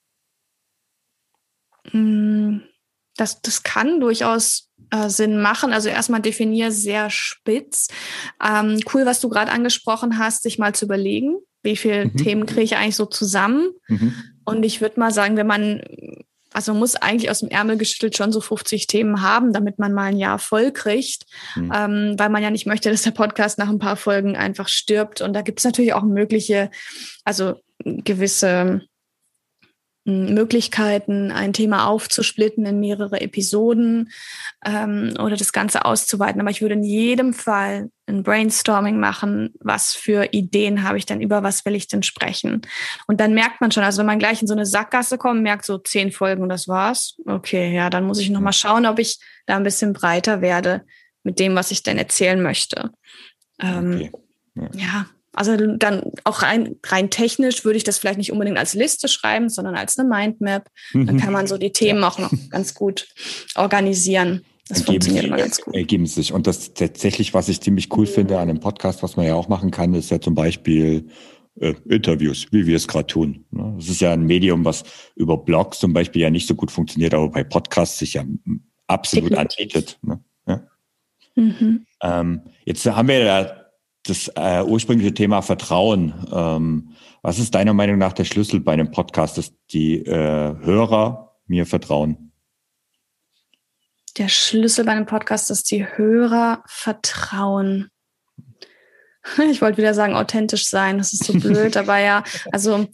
Speaker 3: Das, das kann durchaus äh, Sinn machen. Also erstmal definier sehr spitz. Ähm, cool, was du gerade angesprochen hast, sich mal zu überlegen, wie viele mhm. Themen kriege ich eigentlich so zusammen. Mhm. Und ich würde mal sagen, wenn man, also man muss eigentlich aus dem Ärmel geschüttelt schon so fünfzig Themen haben, damit man mal ein Jahr voll kriegt, mhm. ähm, weil man ja nicht möchte, dass der Podcast nach ein paar Folgen einfach stirbt. Und da gibt es natürlich auch mögliche, also gewisse Möglichkeiten, ein Thema aufzusplitten in mehrere Episoden ähm, oder das Ganze auszuweiten. Aber ich würde in jedem Fall ein Brainstorming machen, was für Ideen habe ich denn, über was will ich denn sprechen. Und dann merkt man schon, also wenn man gleich in so eine Sackgasse kommt, merkt so zehn Folgen und das war's. Okay, ja, dann muss ich nochmal schauen, ob ich da ein bisschen breiter werde mit dem, was ich denn erzählen möchte. Ähm, okay. Ja. ja. Also dann auch rein, rein technisch würde ich das vielleicht nicht unbedingt als Liste schreiben, sondern als eine Mindmap. Dann kann man so die Themen ja. auch noch ganz gut organisieren. Das
Speaker 1: ergeben
Speaker 3: funktioniert
Speaker 1: sich,
Speaker 3: immer ganz gut.
Speaker 1: Ergeben sich. Und das tatsächlich, was ich ziemlich cool finde an einem Podcast, was man ja auch machen kann, ist ja zum Beispiel äh, Interviews, wie wir es gerade tun. Ne? Das ist ja ein Medium, was über Blogs zum Beispiel ja nicht so gut funktioniert, aber bei Podcasts sich ja absolut Definitiv. anbietet. Ne? Ja? Mhm. Ähm, jetzt haben wir ja das äh, ursprüngliche Thema Vertrauen. Ähm, was ist deiner Meinung nach der Schlüssel bei einem Podcast, dass die äh, Hörer mir vertrauen?
Speaker 3: Der Schlüssel bei einem Podcast, dass die Hörer vertrauen. Ich wollte wieder sagen, authentisch sein. Das ist so blöd, aber ja, also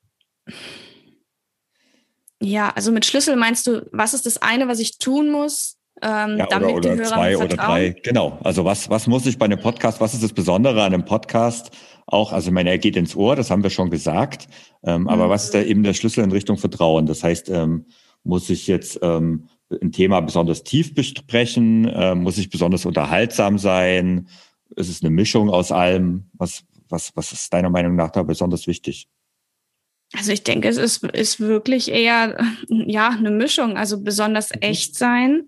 Speaker 3: ja, also mit Schlüssel meinst du, was ist das eine, was ich tun muss? Ähm,
Speaker 1: ja,
Speaker 3: damit
Speaker 1: oder, oder
Speaker 3: die Hörer
Speaker 1: zwei
Speaker 3: vertrauen.
Speaker 1: Oder drei, genau. Also was, was muss ich bei einem Podcast, was ist das Besondere an einem Podcast auch? Also ich meine, er geht ins Ohr, das haben wir schon gesagt, ähm, mhm. aber was ist da eben der Schlüssel in Richtung Vertrauen? Das heißt, ähm, muss ich jetzt ähm, ein Thema besonders tief besprechen? Äh, muss ich besonders unterhaltsam sein? Ist es eine Mischung aus allem? Was, was, was ist deiner Meinung nach da besonders wichtig?
Speaker 3: Also ich denke, es ist, ist wirklich eher ja eine Mischung, also besonders echt sein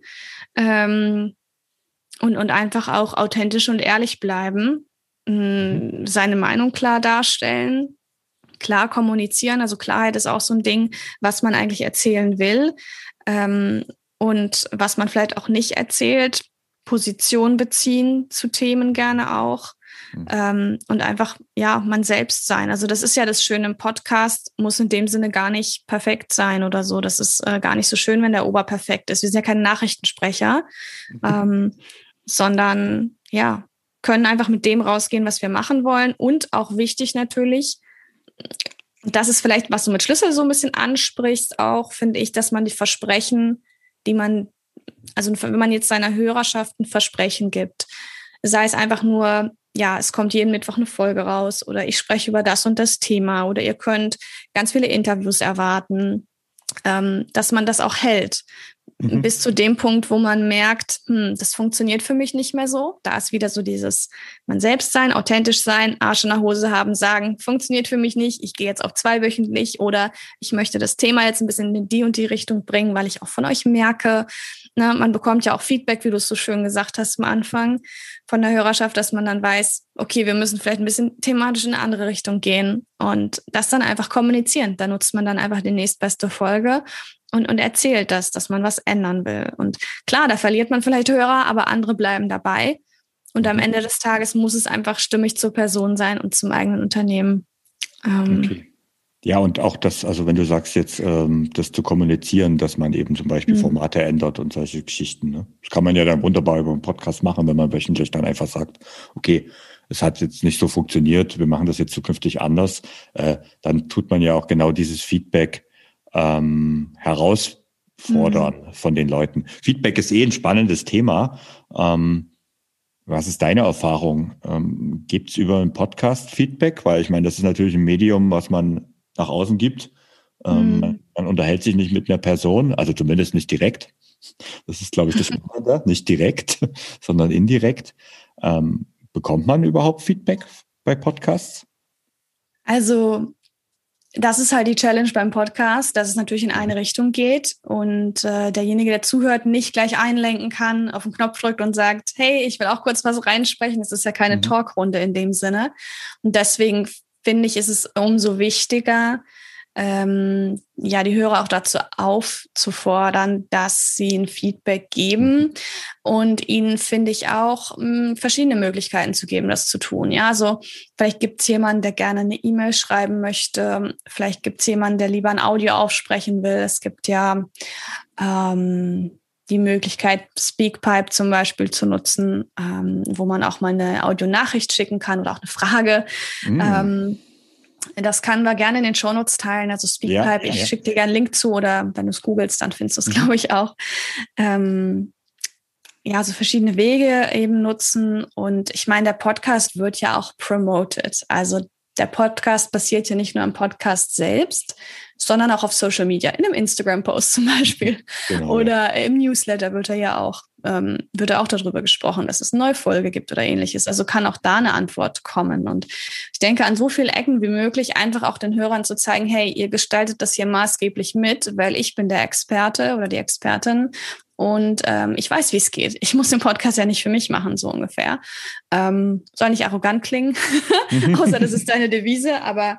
Speaker 3: ähm, und, und einfach auch authentisch und ehrlich bleiben, mhm. seine Meinung klar darstellen, klar kommunizieren. Also Klarheit ist auch so ein Ding, was man eigentlich erzählen will ähm, und was man vielleicht auch nicht erzählt, Position beziehen zu Themen gerne auch. Ähm, und einfach, ja, man selbst sein. Also das ist ja das Schöne im Podcast, muss in dem Sinne gar nicht perfekt sein oder so. Das ist äh, gar nicht so schön, wenn der oberperfekt ist. Wir sind ja keine Nachrichtensprecher, mhm. ähm, sondern, ja, können einfach mit dem rausgehen, was wir machen wollen. Und auch wichtig natürlich, das ist vielleicht, was du mit Schlüssel so ein bisschen ansprichst, auch, finde ich, dass man die Versprechen, die man, also wenn man jetzt seiner Hörerschaft ein Versprechen gibt, sei es einfach nur, ja, es kommt jeden Mittwoch eine Folge raus oder ich spreche über das und das Thema oder ihr könnt ganz viele Interviews erwarten, ähm, dass man das auch hält. Mhm. Bis zu dem Punkt, wo man merkt, hm, das funktioniert für mich nicht mehr so. Da ist wieder so dieses man selbst sein, authentisch sein, Arsch in der Hose haben, sagen, funktioniert für mich nicht, ich gehe jetzt auf zweiwöchentlich oder ich möchte das Thema jetzt ein bisschen in die und die Richtung bringen, weil ich auch von euch merke, na, man bekommt ja auch Feedback, wie du es so schön gesagt hast am Anfang, von der Hörerschaft, dass man dann weiß, okay, wir müssen vielleicht ein bisschen thematisch in eine andere Richtung gehen und das dann einfach kommunizieren. Da nutzt man dann einfach die nächstbeste Folge und, und erzählt das, dass man was ändern will. Und klar, da verliert man vielleicht Hörer, aber andere bleiben dabei. Und am Ende des Tages muss es einfach stimmig zur Person sein und zum eigenen Unternehmen. Ähm,
Speaker 1: okay. Ja, und auch das, also wenn du sagst jetzt, ähm, das zu kommunizieren, dass man eben zum Beispiel mhm. Formate ändert und solche Geschichten. Ne? Das kann man ja dann wunderbar über einen Podcast machen, wenn man wöchentlich dann einfach sagt, okay, es hat jetzt nicht so funktioniert, wir machen das jetzt zukünftig anders. Äh, dann tut man ja auch genau dieses Feedback ähm, herausfordern mhm. von den Leuten. Feedback ist eh ein spannendes Thema. Ähm, Was ist deine Erfahrung? Ähm, gibt es über einen Podcast Feedback? Weil ich meine, das ist natürlich ein Medium, was man nach außen gibt. Ähm, mhm. Man unterhält sich nicht mit einer Person, also zumindest nicht direkt. Das ist, glaube ich, das Spannende. Nicht direkt, sondern indirekt. Ähm, bekommt man überhaupt Feedback bei Podcasts?
Speaker 3: Also das ist halt die Challenge beim Podcast, dass es natürlich in eine Richtung geht und äh, derjenige, der zuhört, nicht gleich einlenken kann, auf den Knopf drückt und sagt, hey, ich will auch kurz was reinsprechen. Das ist ja keine mhm. Talkrunde in dem Sinne. Und deswegen finde ich, ist es umso wichtiger, ähm, ja, die Hörer auch dazu aufzufordern, dass sie ein Feedback geben und ihnen, finde ich, auch mh, verschiedene Möglichkeiten zu geben, das zu tun. Ja, also vielleicht gibt es jemanden, der gerne eine E-Mail schreiben möchte. Vielleicht gibt es jemanden, der lieber ein Audio aufsprechen will. Es gibt ja ähm, die Möglichkeit, Speakpipe zum Beispiel zu nutzen, ähm, wo man auch mal eine Audionachricht schicken kann oder auch eine Frage. Mm. Ähm, Das können wir gerne in den Shownotes teilen. Also Speakpipe, ja, ja, ich schicke dir gerne einen Link zu oder wenn du es googelst, dann findest du es, mhm. glaube ich, auch. Ähm, ja, so verschiedene Wege eben nutzen. Und ich meine, der Podcast wird ja auch promoted. Also der Podcast basiert ja nicht nur am Podcast selbst, sondern auch auf Social Media, in einem Instagram-Post zum Beispiel. Genau, oder ja. Im Newsletter wird er ja auch, ähm, wird er auch darüber gesprochen, dass es eine neue Folge gibt oder ähnliches. Also kann auch da eine Antwort kommen. Und ich denke, an so vielen Ecken wie möglich einfach auch den Hörern zu zeigen, hey, ihr gestaltet das hier maßgeblich mit, weil ich bin der Experte oder die Expertin. Und ähm, ich weiß, wie es geht. Ich muss den Podcast ja nicht für mich machen, so ungefähr. Ähm, soll nicht arrogant klingen, außer das ist deine Devise. Aber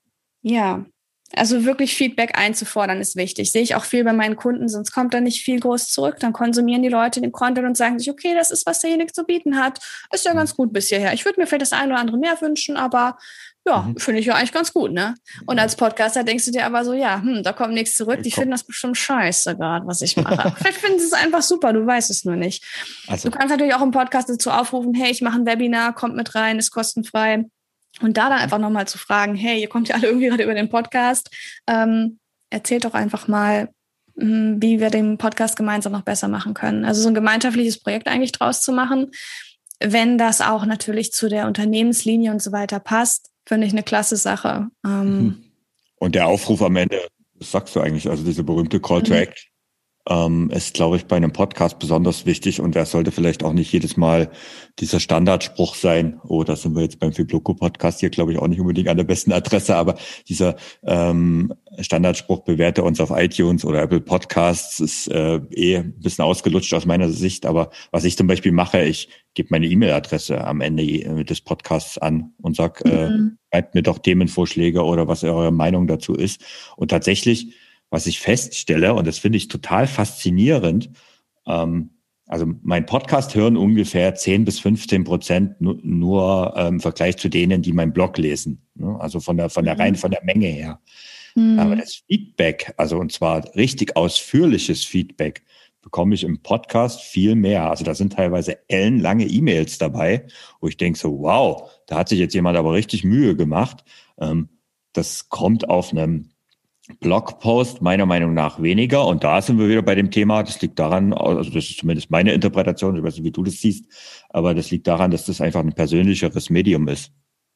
Speaker 3: ja, also wirklich Feedback einzufordern ist wichtig. Sehe ich auch viel bei meinen Kunden, sonst kommt da nicht viel groß zurück. Dann konsumieren die Leute den Content und sagen sich, okay, das ist, was derjenige zu bieten hat. Ist ja ganz gut bis hierher. Ich würde mir vielleicht das eine oder andere mehr wünschen, aber ja, mhm. finde ich ja eigentlich ganz gut, ne? Und als Podcaster denkst du dir aber so, ja, hm, da kommt nichts zurück. Die finden das bestimmt scheiße gerade, was ich mache. Vielleicht finden sie es einfach super, du weißt es nur nicht. Also. Du kannst natürlich auch im Podcast dazu aufrufen, hey, ich mache ein Webinar, kommt mit rein, ist kostenfrei. Und da dann einfach nochmal zu fragen, hey, ihr kommt ja alle irgendwie gerade über den Podcast, ähm, erzählt doch einfach mal, mh, wie wir den Podcast gemeinsam noch besser machen können. Also so ein gemeinschaftliches Projekt eigentlich draus zu machen, wenn das auch natürlich zu der Unternehmenslinie und so weiter passt, finde ich eine klasse Sache. Ähm,
Speaker 1: und der Aufruf am Ende, das sagst du eigentlich, also diese berühmte Call to Action, ähm, ist, glaube ich, bei einem Podcast besonders wichtig und der sollte vielleicht auch nicht jedes Mal dieser Standardspruch sein. Oh, da sind wir jetzt beim Fibloco-Podcast hier, glaube ich, auch nicht unbedingt an der besten Adresse, aber dieser ähm, Standardspruch, bewerte uns auf iTunes oder Apple Podcasts, ist äh, eh ein bisschen ausgelutscht aus meiner Sicht. Aber was ich zum Beispiel mache, ich gebe meine E-Mail-Adresse am Ende des Podcasts an und sag, mhm. äh, schreibt mir doch Themenvorschläge oder was eure Meinung dazu ist. Und tatsächlich, was ich feststelle, und das finde ich total faszinierend, ähm, also mein Podcast hören ungefähr zehn bis fünfzehn Prozent nur, nur ähm, im Vergleich zu denen, die meinen Blog lesen. Ne? Also von der, von der mhm. rein von der Menge her. Mhm. Aber das Feedback, also und zwar richtig ausführliches Feedback, bekomme ich im Podcast viel mehr. Also da sind teilweise ellenlange E-Mails dabei, wo ich denke so, wow, da hat sich jetzt jemand aber richtig Mühe gemacht. Ähm, das kommt auf einem Blogpost meiner Meinung nach weniger. Und da sind wir wieder bei dem Thema, das liegt daran, also das ist zumindest meine Interpretation, ich weiß nicht, wie du das siehst, aber das liegt daran, dass das einfach ein persönlicheres Medium ist.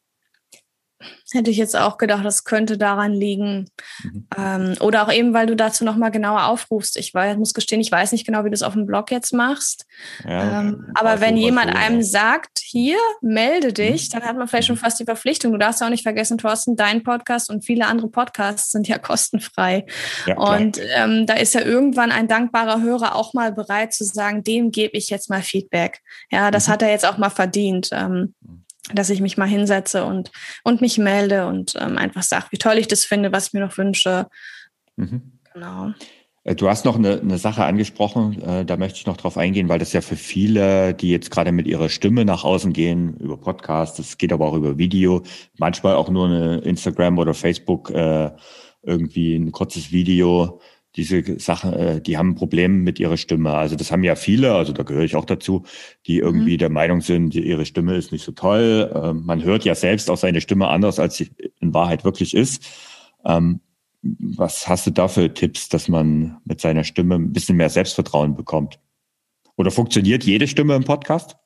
Speaker 3: Hätte ich jetzt auch gedacht, das könnte daran liegen. Mhm. Ähm, oder auch eben, weil du dazu nochmal genauer aufrufst. Ich weiß, muss gestehen, ich weiß nicht genau, wie du es auf dem Blog jetzt machst. Ja, ähm, aber wenn jemand so, einem ja. sagt, hier, melde dich, mhm. dann hat man vielleicht schon fast die Verpflichtung. Du darfst ja auch nicht vergessen, Thorsten, dein Podcast und viele andere Podcasts sind ja kostenfrei. Ja, und ähm, da ist ja irgendwann ein dankbarer Hörer auch mal bereit zu sagen, dem gebe ich jetzt mal Feedback. Ja, das mhm. hat er jetzt auch mal verdient. Ähm, dass ich mich mal hinsetze und, und mich melde und ähm, einfach sage, wie toll ich das finde, was ich mir noch wünsche. Mhm. Genau.
Speaker 1: Du hast noch eine, eine Sache angesprochen, äh, da möchte ich noch drauf eingehen, weil das ja für viele, die jetzt gerade mit ihrer Stimme nach außen gehen, über Podcasts, das geht aber auch über Video, manchmal auch nur eine Instagram oder Facebook, äh, irgendwie ein kurzes Video, diese Sachen, äh, die haben ein Problem mit ihrer Stimme. Also das haben ja viele, also da gehöre ich auch dazu, die irgendwie mhm. der Meinung sind, ihre Stimme ist nicht so toll. Ähm, man hört ja selbst auch seine Stimme anders, als sie in Wahrheit wirklich ist. Ähm, was hast du da für Tipps, dass man mit seiner Stimme ein bisschen mehr Selbstvertrauen bekommt? Oder funktioniert jede Stimme im Podcast?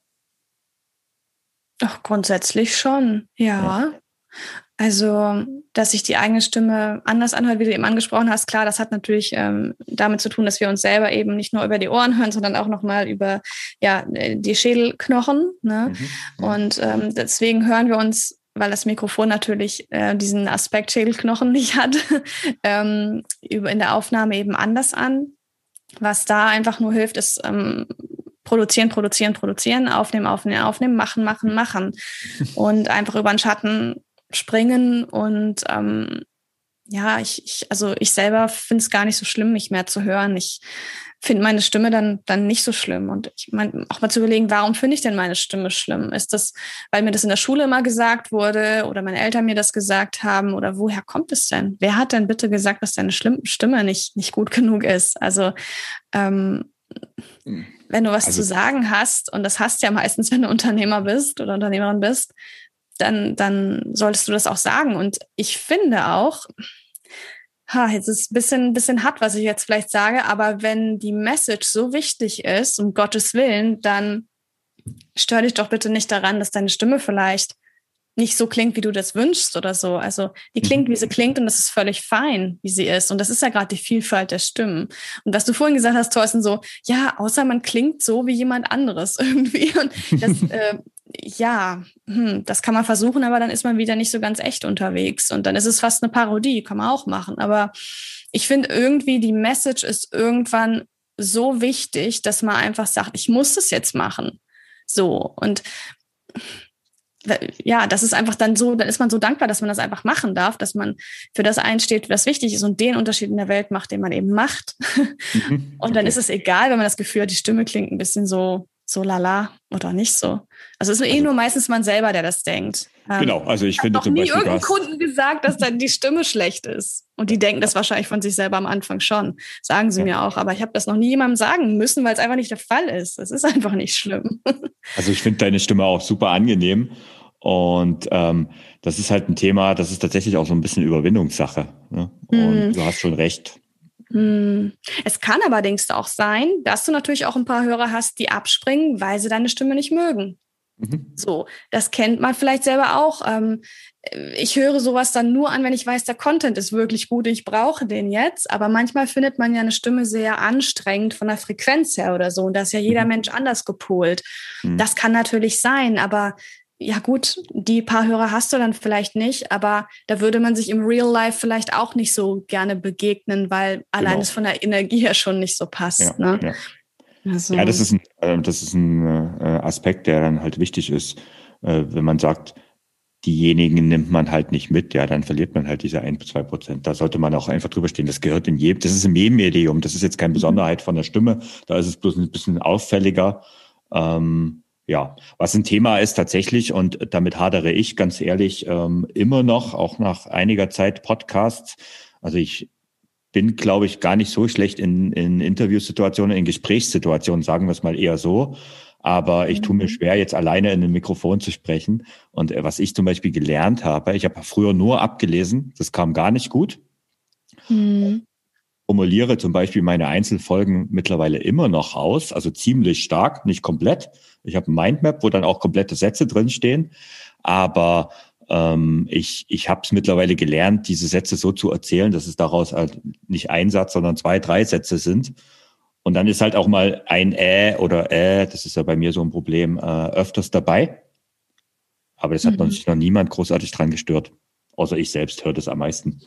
Speaker 3: Ach, grundsätzlich schon, ja. ja. Also, dass sich die eigene Stimme anders anhört, wie du eben angesprochen hast, klar, das hat natürlich ähm, damit zu tun, dass wir uns selber eben nicht nur über die Ohren hören, sondern auch nochmal über ja die Schädelknochen. Ne? Mhm. Und ähm, deswegen hören wir uns, weil das Mikrofon natürlich äh, diesen Aspekt Schädelknochen nicht hat, ähm, über in der Aufnahme eben anders an. Was da einfach nur hilft, ist ähm, produzieren, produzieren, produzieren, aufnehmen, aufnehmen, aufnehmen, machen, machen, machen. Und einfach über den Schatten springen und ähm, ja, ich, ich, also ich selber finde es gar nicht so schlimm, mich mehr zu hören. Ich finde meine Stimme dann, dann nicht so schlimm. Und ich meine, auch mal zu überlegen, warum finde ich denn meine Stimme schlimm? Ist das, weil mir das in der Schule immer gesagt wurde oder meine Eltern mir das gesagt haben? Oder woher kommt es denn? Wer hat denn bitte gesagt, dass deine Stimme nicht, nicht gut genug ist? Also, ähm, wenn du was also, zu sagen hast, und das hast du ja meistens, wenn du Unternehmer bist oder Unternehmerin bist, dann, dann solltest du das auch sagen. Und ich finde auch, ha, jetzt ist es ein bisschen, bisschen hart, was ich jetzt vielleicht sage, aber wenn die Message so wichtig ist, um Gottes Willen, dann stör dich doch bitte nicht daran, dass deine Stimme vielleicht nicht so klingt, wie du das wünschst oder so. Also die klingt, wie sie klingt und das ist völlig fein, wie sie ist. Und das ist ja gerade die Vielfalt der Stimmen. Und was du vorhin gesagt hast, Thorsten, so, ja, außer man klingt so wie jemand anderes irgendwie. Und das, äh, ja, hm, das kann man versuchen, aber dann ist man wieder nicht so ganz echt unterwegs. Und dann ist es fast eine Parodie, kann man auch machen. Aber ich finde irgendwie, die Message ist irgendwann so wichtig, dass man einfach sagt, ich muss das jetzt machen. So, und ja, das ist einfach dann so, dann ist man so dankbar, dass man das einfach machen darf, dass man für das einsteht, was wichtig ist und den Unterschied in der Welt macht, den man eben macht. Mhm, und dann okay. ist es egal, wenn man das Gefühl hat, die Stimme klingt ein bisschen so, so lala oder nicht so. Also es ist eh also, nur meistens man selber, der das denkt.
Speaker 1: Genau, also ich finde zum Beispiel...
Speaker 3: Ich habe noch nie irgendeinem Kunden gesagt, dass dann die Stimme schlecht ist. Und die denken das wahrscheinlich von sich selber am Anfang schon. Sagen sie ja. mir auch. Aber ich habe das noch nie jemandem sagen müssen, weil es einfach nicht der Fall ist. Es ist einfach nicht schlimm.
Speaker 1: Also ich finde deine Stimme auch super angenehm. Und ähm, das ist halt ein Thema, das ist tatsächlich auch so ein bisschen Überwindungssache. Ne? Und mm. du hast schon recht.
Speaker 3: Mm. Es kann allerdings auch sein, dass du natürlich auch ein paar Hörer hast, die abspringen, weil sie deine Stimme nicht mögen. Mhm. So, das kennt man vielleicht selber auch. Ähm, ich höre sowas dann nur an, wenn ich weiß, der Content ist wirklich gut, ich brauche den jetzt. Aber manchmal findet man ja eine Stimme sehr anstrengend von der Frequenz her oder so. Und da ist ja jeder mhm. Mensch anders gepolt. Mhm. Das kann natürlich sein, aber ja gut, die paar Hörer hast du dann vielleicht nicht, aber da würde man sich im Real Life vielleicht auch nicht so gerne begegnen, weil genau. allein es von der Energie her schon nicht so passt. Ja, ne?
Speaker 1: ja. Also. ja das ist ein, äh, das ist ein äh, Aspekt, der dann halt wichtig ist, äh, wenn man sagt, diejenigen nimmt man halt nicht mit, ja, dann verliert man halt diese ein bis zwei Prozent. Da sollte man auch einfach drüber stehen. Das gehört in jedem, das ist in jedem Medium. Das ist jetzt keine Besonderheit von der Stimme. Da ist es bloß ein bisschen auffälliger. Ähm, Ja, was ein Thema ist tatsächlich, und damit hadere ich ganz ehrlich ähm, immer noch, auch nach einiger Zeit Podcasts. Also ich bin, glaube ich, gar nicht so schlecht in, in Interviewsituationen, in Gesprächssituationen, sagen wir es mal eher so. Aber ich tue mir schwer, jetzt alleine in ein Mikrofon zu sprechen. Und äh, was ich zum Beispiel gelernt habe, ich habe früher nur abgelesen, das kam gar nicht gut. Mhm. Formuliere zum Beispiel meine Einzelfolgen mittlerweile immer noch aus, also ziemlich stark, nicht komplett. Ich habe ein Mindmap, wo dann auch komplette Sätze drinstehen, aber ähm, ich ich habe es mittlerweile gelernt, diese Sätze so zu erzählen, dass es daraus halt nicht ein Satz, sondern zwei, drei Sätze sind. Und dann ist halt auch mal ein Äh oder Äh, das ist ja bei mir so ein Problem, äh, öfters dabei. Aber das hat mhm. sich noch niemand großartig dran gestört. Außer ich selbst höre das am meisten.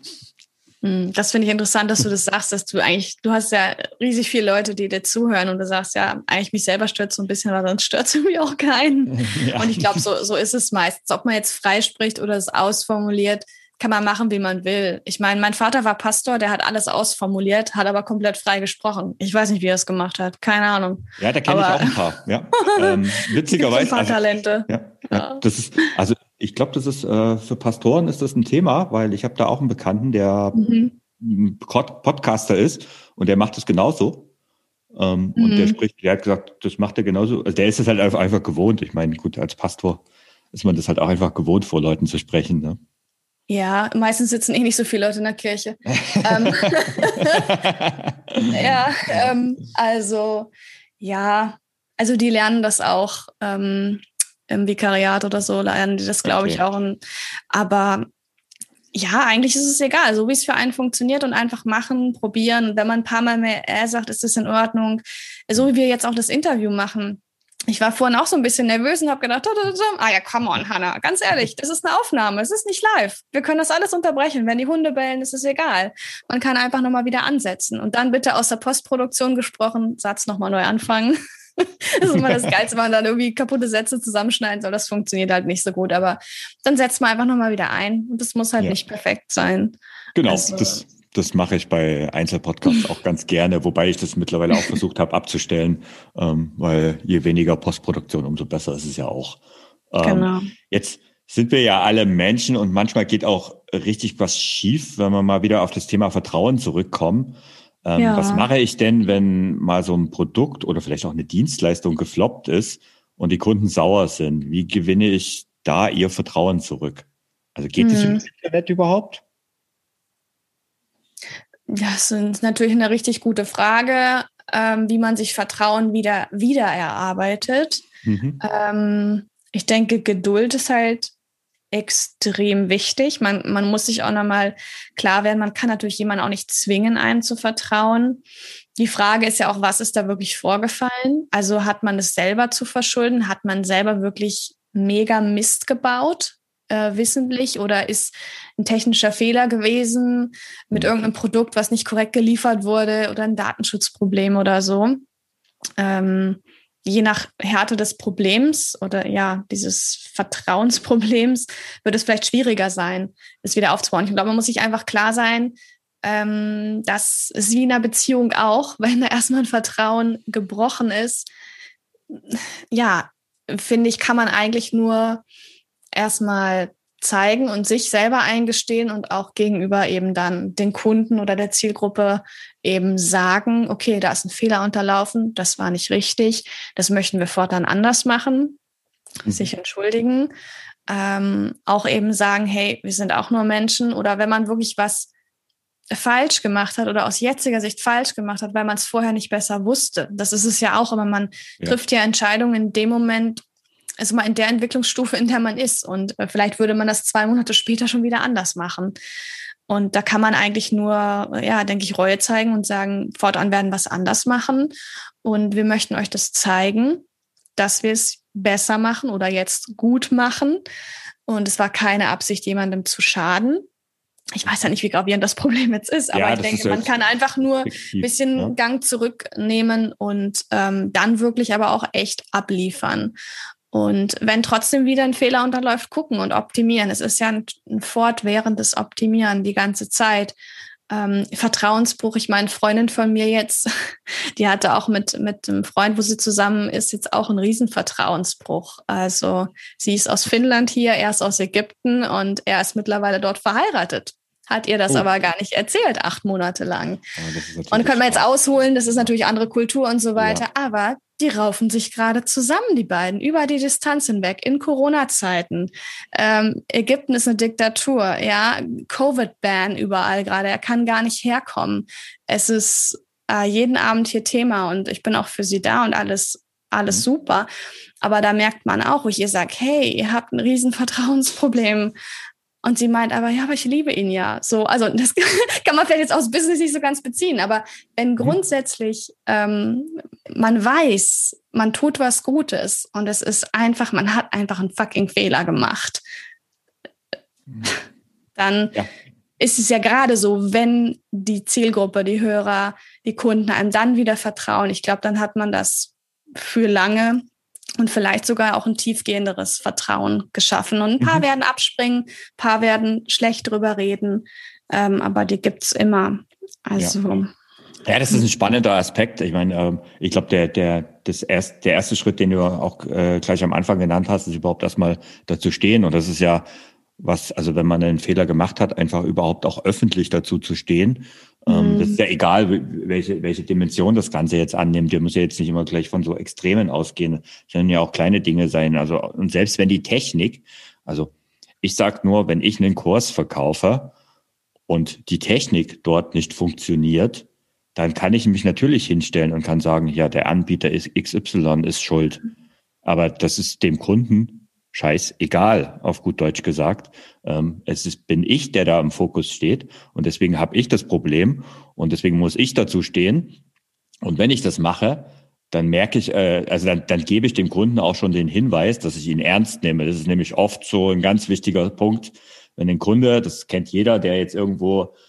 Speaker 3: Das finde ich interessant, dass du das sagst, dass du eigentlich, du hast ja riesig viele Leute, die dir zuhören und du sagst, ja, eigentlich mich selber stört so ein bisschen, aber sonst stört es irgendwie auch keinen. Ja. Und ich glaube, so, so ist es meistens. Ob man jetzt freispricht oder es ausformuliert, kann man machen, wie man will. Ich meine, mein Vater war Pastor, der hat alles ausformuliert, hat aber komplett frei gesprochen. Ich weiß nicht, wie er es gemacht hat. Keine Ahnung.
Speaker 1: Ja, da kenne ich auch ein paar. Ja. ähm, witzigerweise.
Speaker 3: Ein paar Talente.
Speaker 1: Also, ja, ja. Das ist, also ich glaube, das ist äh, für Pastoren ist das ein Thema, weil ich habe da auch einen Bekannten, der mhm. ein Podcaster ist und der macht das genauso. Ähm, mhm. Und der spricht, der hat gesagt, das macht er genauso. Also der ist es halt einfach, einfach gewohnt. Ich meine, gut, als Pastor ist man das halt auch einfach gewohnt, vor Leuten zu sprechen. Ne?
Speaker 3: Ja, meistens sitzen eh nicht so viele Leute in der Kirche. ähm, ja, ähm, also ja, also die lernen das auch ähm, im Vikariat oder so, lernen die das, glaube okay. ich, auch. Und, aber ja, eigentlich ist es egal, so wie es für einen funktioniert und einfach machen, probieren. Und wenn man ein paar Mal mehr äh sagt, ist das in Ordnung. So wie wir jetzt auch das Interview machen. Ich war vorhin auch so ein bisschen nervös und habe gedacht, ah ja, come on, Hannah, ganz ehrlich, das ist eine Aufnahme, es ist nicht live. Wir können das alles unterbrechen. Wenn die Hunde bellen, ist es egal. Man kann einfach nochmal wieder ansetzen. Und dann bitte aus der Postproduktion gesprochen, Satz nochmal neu anfangen. Das ist immer das Geilste, wenn man dann irgendwie kaputte Sätze zusammenschneiden soll. Das funktioniert halt nicht so gut. Aber dann setzt man einfach nochmal wieder ein. Und das muss halt ja. nicht perfekt sein.
Speaker 1: Genau,
Speaker 3: also,
Speaker 1: das, das mache ich bei Einzelpodcasts auch ganz gerne, wobei ich das mittlerweile auch versucht habe abzustellen, ähm, weil je weniger Postproduktion, umso besser ist es ja auch. Ähm,
Speaker 3: genau.
Speaker 1: Jetzt sind wir ja alle Menschen und manchmal geht auch richtig was schief, wenn wir mal wieder auf das Thema Vertrauen zurückkommen. Ähm, ja. Was mache ich denn, wenn mal so ein Produkt oder vielleicht auch eine Dienstleistung gefloppt ist und die Kunden sauer sind? Wie gewinne ich da ihr Vertrauen zurück? Also geht es hm. im Internet überhaupt?
Speaker 3: Das ist natürlich eine richtig gute Frage, ähm, wie man sich Vertrauen wieder, wieder erarbeitet. Mhm. Ähm, ich denke, Geduld ist halt extrem wichtig. Man, man muss sich auch nochmal klar werden, man kann natürlich jemanden auch nicht zwingen, einem zu vertrauen. Die Frage ist ja auch, was ist da wirklich vorgefallen? Also hat man es selber zu verschulden? Hat man selber wirklich mega Mist gebaut, äh, wissentlich? Oder ist ein technischer Fehler gewesen mit irgendeinem Produkt, was nicht korrekt geliefert wurde oder ein Datenschutzproblem oder so? Ähm, Je nach Härte des Problems oder ja, dieses Vertrauensproblems wird es vielleicht schwieriger sein, es wieder aufzubauen. Ich glaube, man muss sich einfach klar sein, ähm, dass es wie in einer Beziehung auch, wenn da erstmal ein Vertrauen gebrochen ist, ja, finde ich, kann man eigentlich nur erstmal zeigen und sich selber eingestehen und auch gegenüber eben dann den Kunden oder der Zielgruppe eben sagen, okay, da ist ein Fehler unterlaufen, das war nicht richtig, das möchten wir fortan anders machen, mhm. sich entschuldigen, ähm, auch eben sagen, hey, wir sind auch nur Menschen, oder wenn man wirklich was falsch gemacht hat oder aus jetziger Sicht falsch gemacht hat, weil man es vorher nicht besser wusste. Das ist es ja auch, aber man ja. trifft ja Entscheidungen in dem Moment, also mal in der Entwicklungsstufe, in der man ist. Und vielleicht würde man das zwei Monate später schon wieder anders machen. Und da kann man eigentlich nur, ja, denke ich, Reue zeigen und sagen, fortan werden wir es anders machen. Und wir möchten euch das zeigen, dass wir es besser machen oder jetzt gut machen. Und es war keine Absicht, jemandem zu schaden. Ich weiß ja nicht, wie gravierend das Problem jetzt ist, aber ja, ich denke, man kann einfach nur ein bisschen ja. Gang zurücknehmen und ähm, dann wirklich aber auch echt abliefern. Und wenn trotzdem wieder ein Fehler unterläuft, gucken und optimieren. Es ist ja ein, ein fortwährendes Optimieren die ganze Zeit. Ähm, Vertrauensbruch, ich meine, Freundin von mir jetzt, die hatte auch mit, mit einem Freund, wo sie zusammen ist, jetzt auch einen riesen Vertrauensbruch. Also sie ist aus Finnland hier, er ist aus Ägypten und er ist mittlerweile dort verheiratet. Hat ihr das oh. aber gar nicht erzählt, acht Monate lang. Und können wir jetzt ausholen, das ist natürlich andere Kultur und so weiter, ja. aber die raufen sich gerade zusammen, die beiden, über die Distanz hinweg, in Corona-Zeiten. Ähm, Ägypten ist eine Diktatur, ja, Covid-Ban überall gerade, er kann gar nicht herkommen. Es ist äh, jeden Abend hier Thema und ich bin auch für sie da und alles, alles mhm. super. Aber da merkt man auch, wo ich ihr sage, hey, ihr habt ein riesen Vertrauensproblem. Und sie meint aber, ja, aber ich liebe ihn ja. So, also das kann man vielleicht jetzt aus Business nicht so ganz beziehen, aber wenn grundsätzlich ähm, man weiß, man tut was Gutes und es ist einfach, man hat einfach einen fucking Fehler gemacht, dann ja. ist es ja gerade so, wenn die Zielgruppe, die Hörer, die Kunden einem dann wieder vertrauen, ich glaube, dann hat man das für lange und vielleicht sogar auch ein tiefgehenderes Vertrauen geschaffen. Und ein paar mhm. werden abspringen, ein paar werden schlecht drüber reden, ähm, aber die gibt's immer. Also
Speaker 1: ja. ja, das ist ein spannender Aspekt. Ich meine, ähm, ich glaube, der der das erst, der erste Schritt, den du auch äh, gleich am Anfang genannt hast, ist überhaupt erstmal dazu stehen. Und das ist ja was, also wenn man einen Fehler gemacht hat, einfach überhaupt auch öffentlich dazu zu stehen. Ähm, mhm. Das ist ja egal, welche, welche Dimension das Ganze jetzt annimmt. Wir müssen ja jetzt nicht immer gleich von so Extremen ausgehen. Es können ja auch kleine Dinge sein. Also, und selbst wenn die Technik, also ich sag nur, wenn ich einen Kurs verkaufe und die Technik dort nicht funktioniert, dann kann ich mich natürlich hinstellen und kann sagen, ja, der Anbieter ist X Y ist schuld. Aber das ist dem Kunden scheißegal, auf gut Deutsch gesagt. Ähm, es ist, bin ich, der da im Fokus steht und deswegen habe ich das Problem und deswegen muss ich dazu stehen. Und wenn ich das mache, dann merke ich, äh, also dann, dann gebe ich dem Kunden auch schon den Hinweis, dass ich ihn ernst nehme. Das ist nämlich oft so ein ganz wichtiger Punkt, wenn ein Kunde, das kennt jeder, der jetzt irgendwo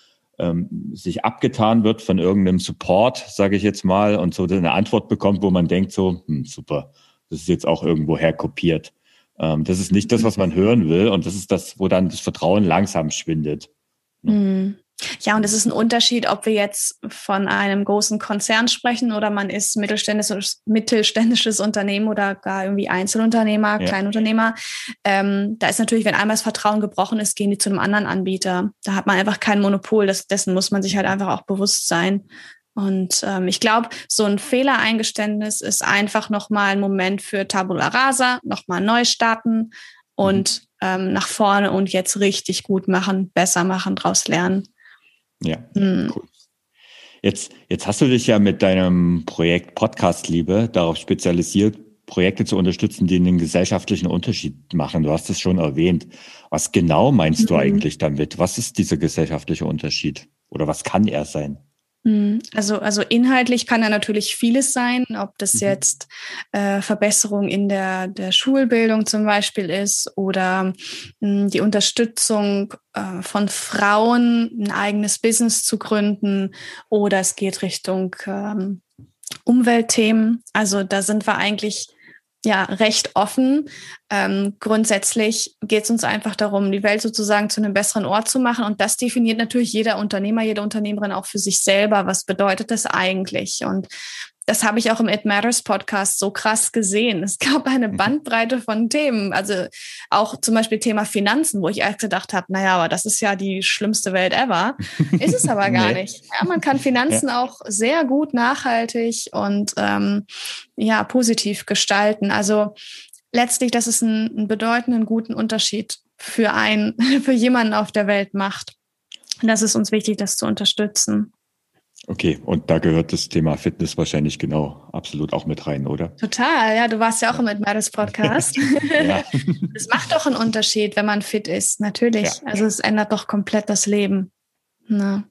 Speaker 1: ähm, sich abgetan wird von irgendeinem Support, sage ich jetzt mal, und so eine Antwort bekommt, wo man denkt so, hm, super, das ist jetzt auch irgendwo her kopiert. Ähm, das ist nicht das, was man hören will, und das ist das, wo dann das Vertrauen langsam schwindet.
Speaker 3: Mhm. Ja, und es ist ein Unterschied, ob wir jetzt von einem großen Konzern sprechen oder man ist mittelständisches, mittelständisches Unternehmen oder gar irgendwie Einzelunternehmer, ja. Kleinunternehmer. Ähm, da ist natürlich, wenn einmal das Vertrauen gebrochen ist, gehen die zu einem anderen Anbieter. Da hat man einfach kein Monopol. Das, dessen muss man sich halt einfach auch bewusst sein. Und ähm, ich glaube, so ein Fehlereingeständnis ist einfach nochmal ein Moment für Tabula Rasa, nochmal neu starten und mhm. ähm, nach vorne und jetzt richtig gut machen, besser machen, draus lernen.
Speaker 1: Ja, mhm. cool. Jetzt, jetzt hast du dich ja mit deinem Projekt Podcast Liebe darauf spezialisiert, Projekte zu unterstützen, die einen gesellschaftlichen Unterschied machen. Du hast es schon erwähnt. Was genau meinst mhm. du eigentlich damit? Was ist dieser gesellschaftliche Unterschied? Oder was kann er sein?
Speaker 3: Also, also inhaltlich kann ja natürlich vieles sein, ob das mhm. jetzt äh, Verbesserung in der, der Schulbildung zum Beispiel ist oder mh, die Unterstützung äh, von Frauen, ein eigenes Business zu gründen, oder es geht Richtung ähm, Umweltthemen. Also da sind wir eigentlich ja recht offen. Ähm, grundsätzlich geht es uns einfach darum, die Welt sozusagen zu einem besseren Ort zu machen. Und das definiert natürlich jeder Unternehmer, jede Unternehmerin auch für sich selber. Was bedeutet das eigentlich? Und das habe ich auch im It Matters Podcast so krass gesehen. Es gab eine Bandbreite von Themen. Also auch zum Beispiel Thema Finanzen, wo ich erst gedacht habe, naja, aber das ist ja die schlimmste Welt ever. Ist es aber gar nee. nicht. Ja, man kann Finanzen ja. auch sehr gut nachhaltig und ähm, ja positiv gestalten. Also letztlich, dass es einen, einen bedeutenden, guten Unterschied für einen, für jemanden auf der Welt macht. Und das ist uns wichtig, das zu unterstützen.
Speaker 1: Okay, und da gehört das Thema Fitness wahrscheinlich genau absolut auch mit rein, oder?
Speaker 3: Total, ja, du warst ja auch im It Matters Podcast. Ja. Es macht doch einen Unterschied, wenn man fit ist, natürlich. Ja. Also es ändert doch komplett das Leben. Na.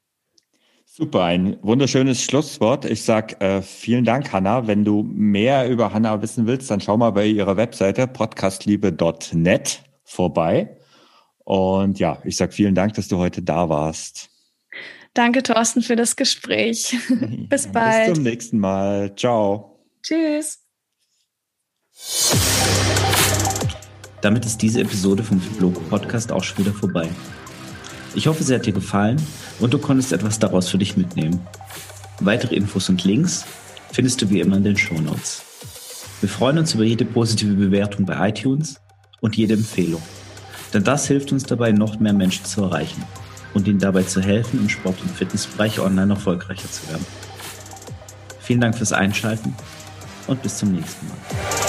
Speaker 1: Super, ein wunderschönes Schlusswort. Ich sag äh, vielen Dank, Hanna. Wenn du mehr über Hanna wissen willst, dann schau mal bei ihrer Webseite podcastliebe punkt net vorbei. Und ja, ich sag vielen Dank, dass du heute da warst.
Speaker 3: Danke, Thorsten, für das Gespräch. Bis bald.
Speaker 1: Bis zum nächsten Mal. Ciao.
Speaker 3: Tschüss.
Speaker 4: Damit ist diese Episode vom Fibloco Podcast auch schon wieder vorbei. Ich hoffe, sie hat dir gefallen und du konntest etwas daraus für dich mitnehmen. Weitere Infos und Links findest du wie immer in den Shownotes. Wir freuen uns über jede positive Bewertung bei iTunes und jede Empfehlung. Denn das hilft uns dabei, noch mehr Menschen zu erreichen und ihnen dabei zu helfen, im Sport- und Fitnessbereich online erfolgreicher zu werden. Vielen Dank fürs Einschalten und bis zum nächsten Mal.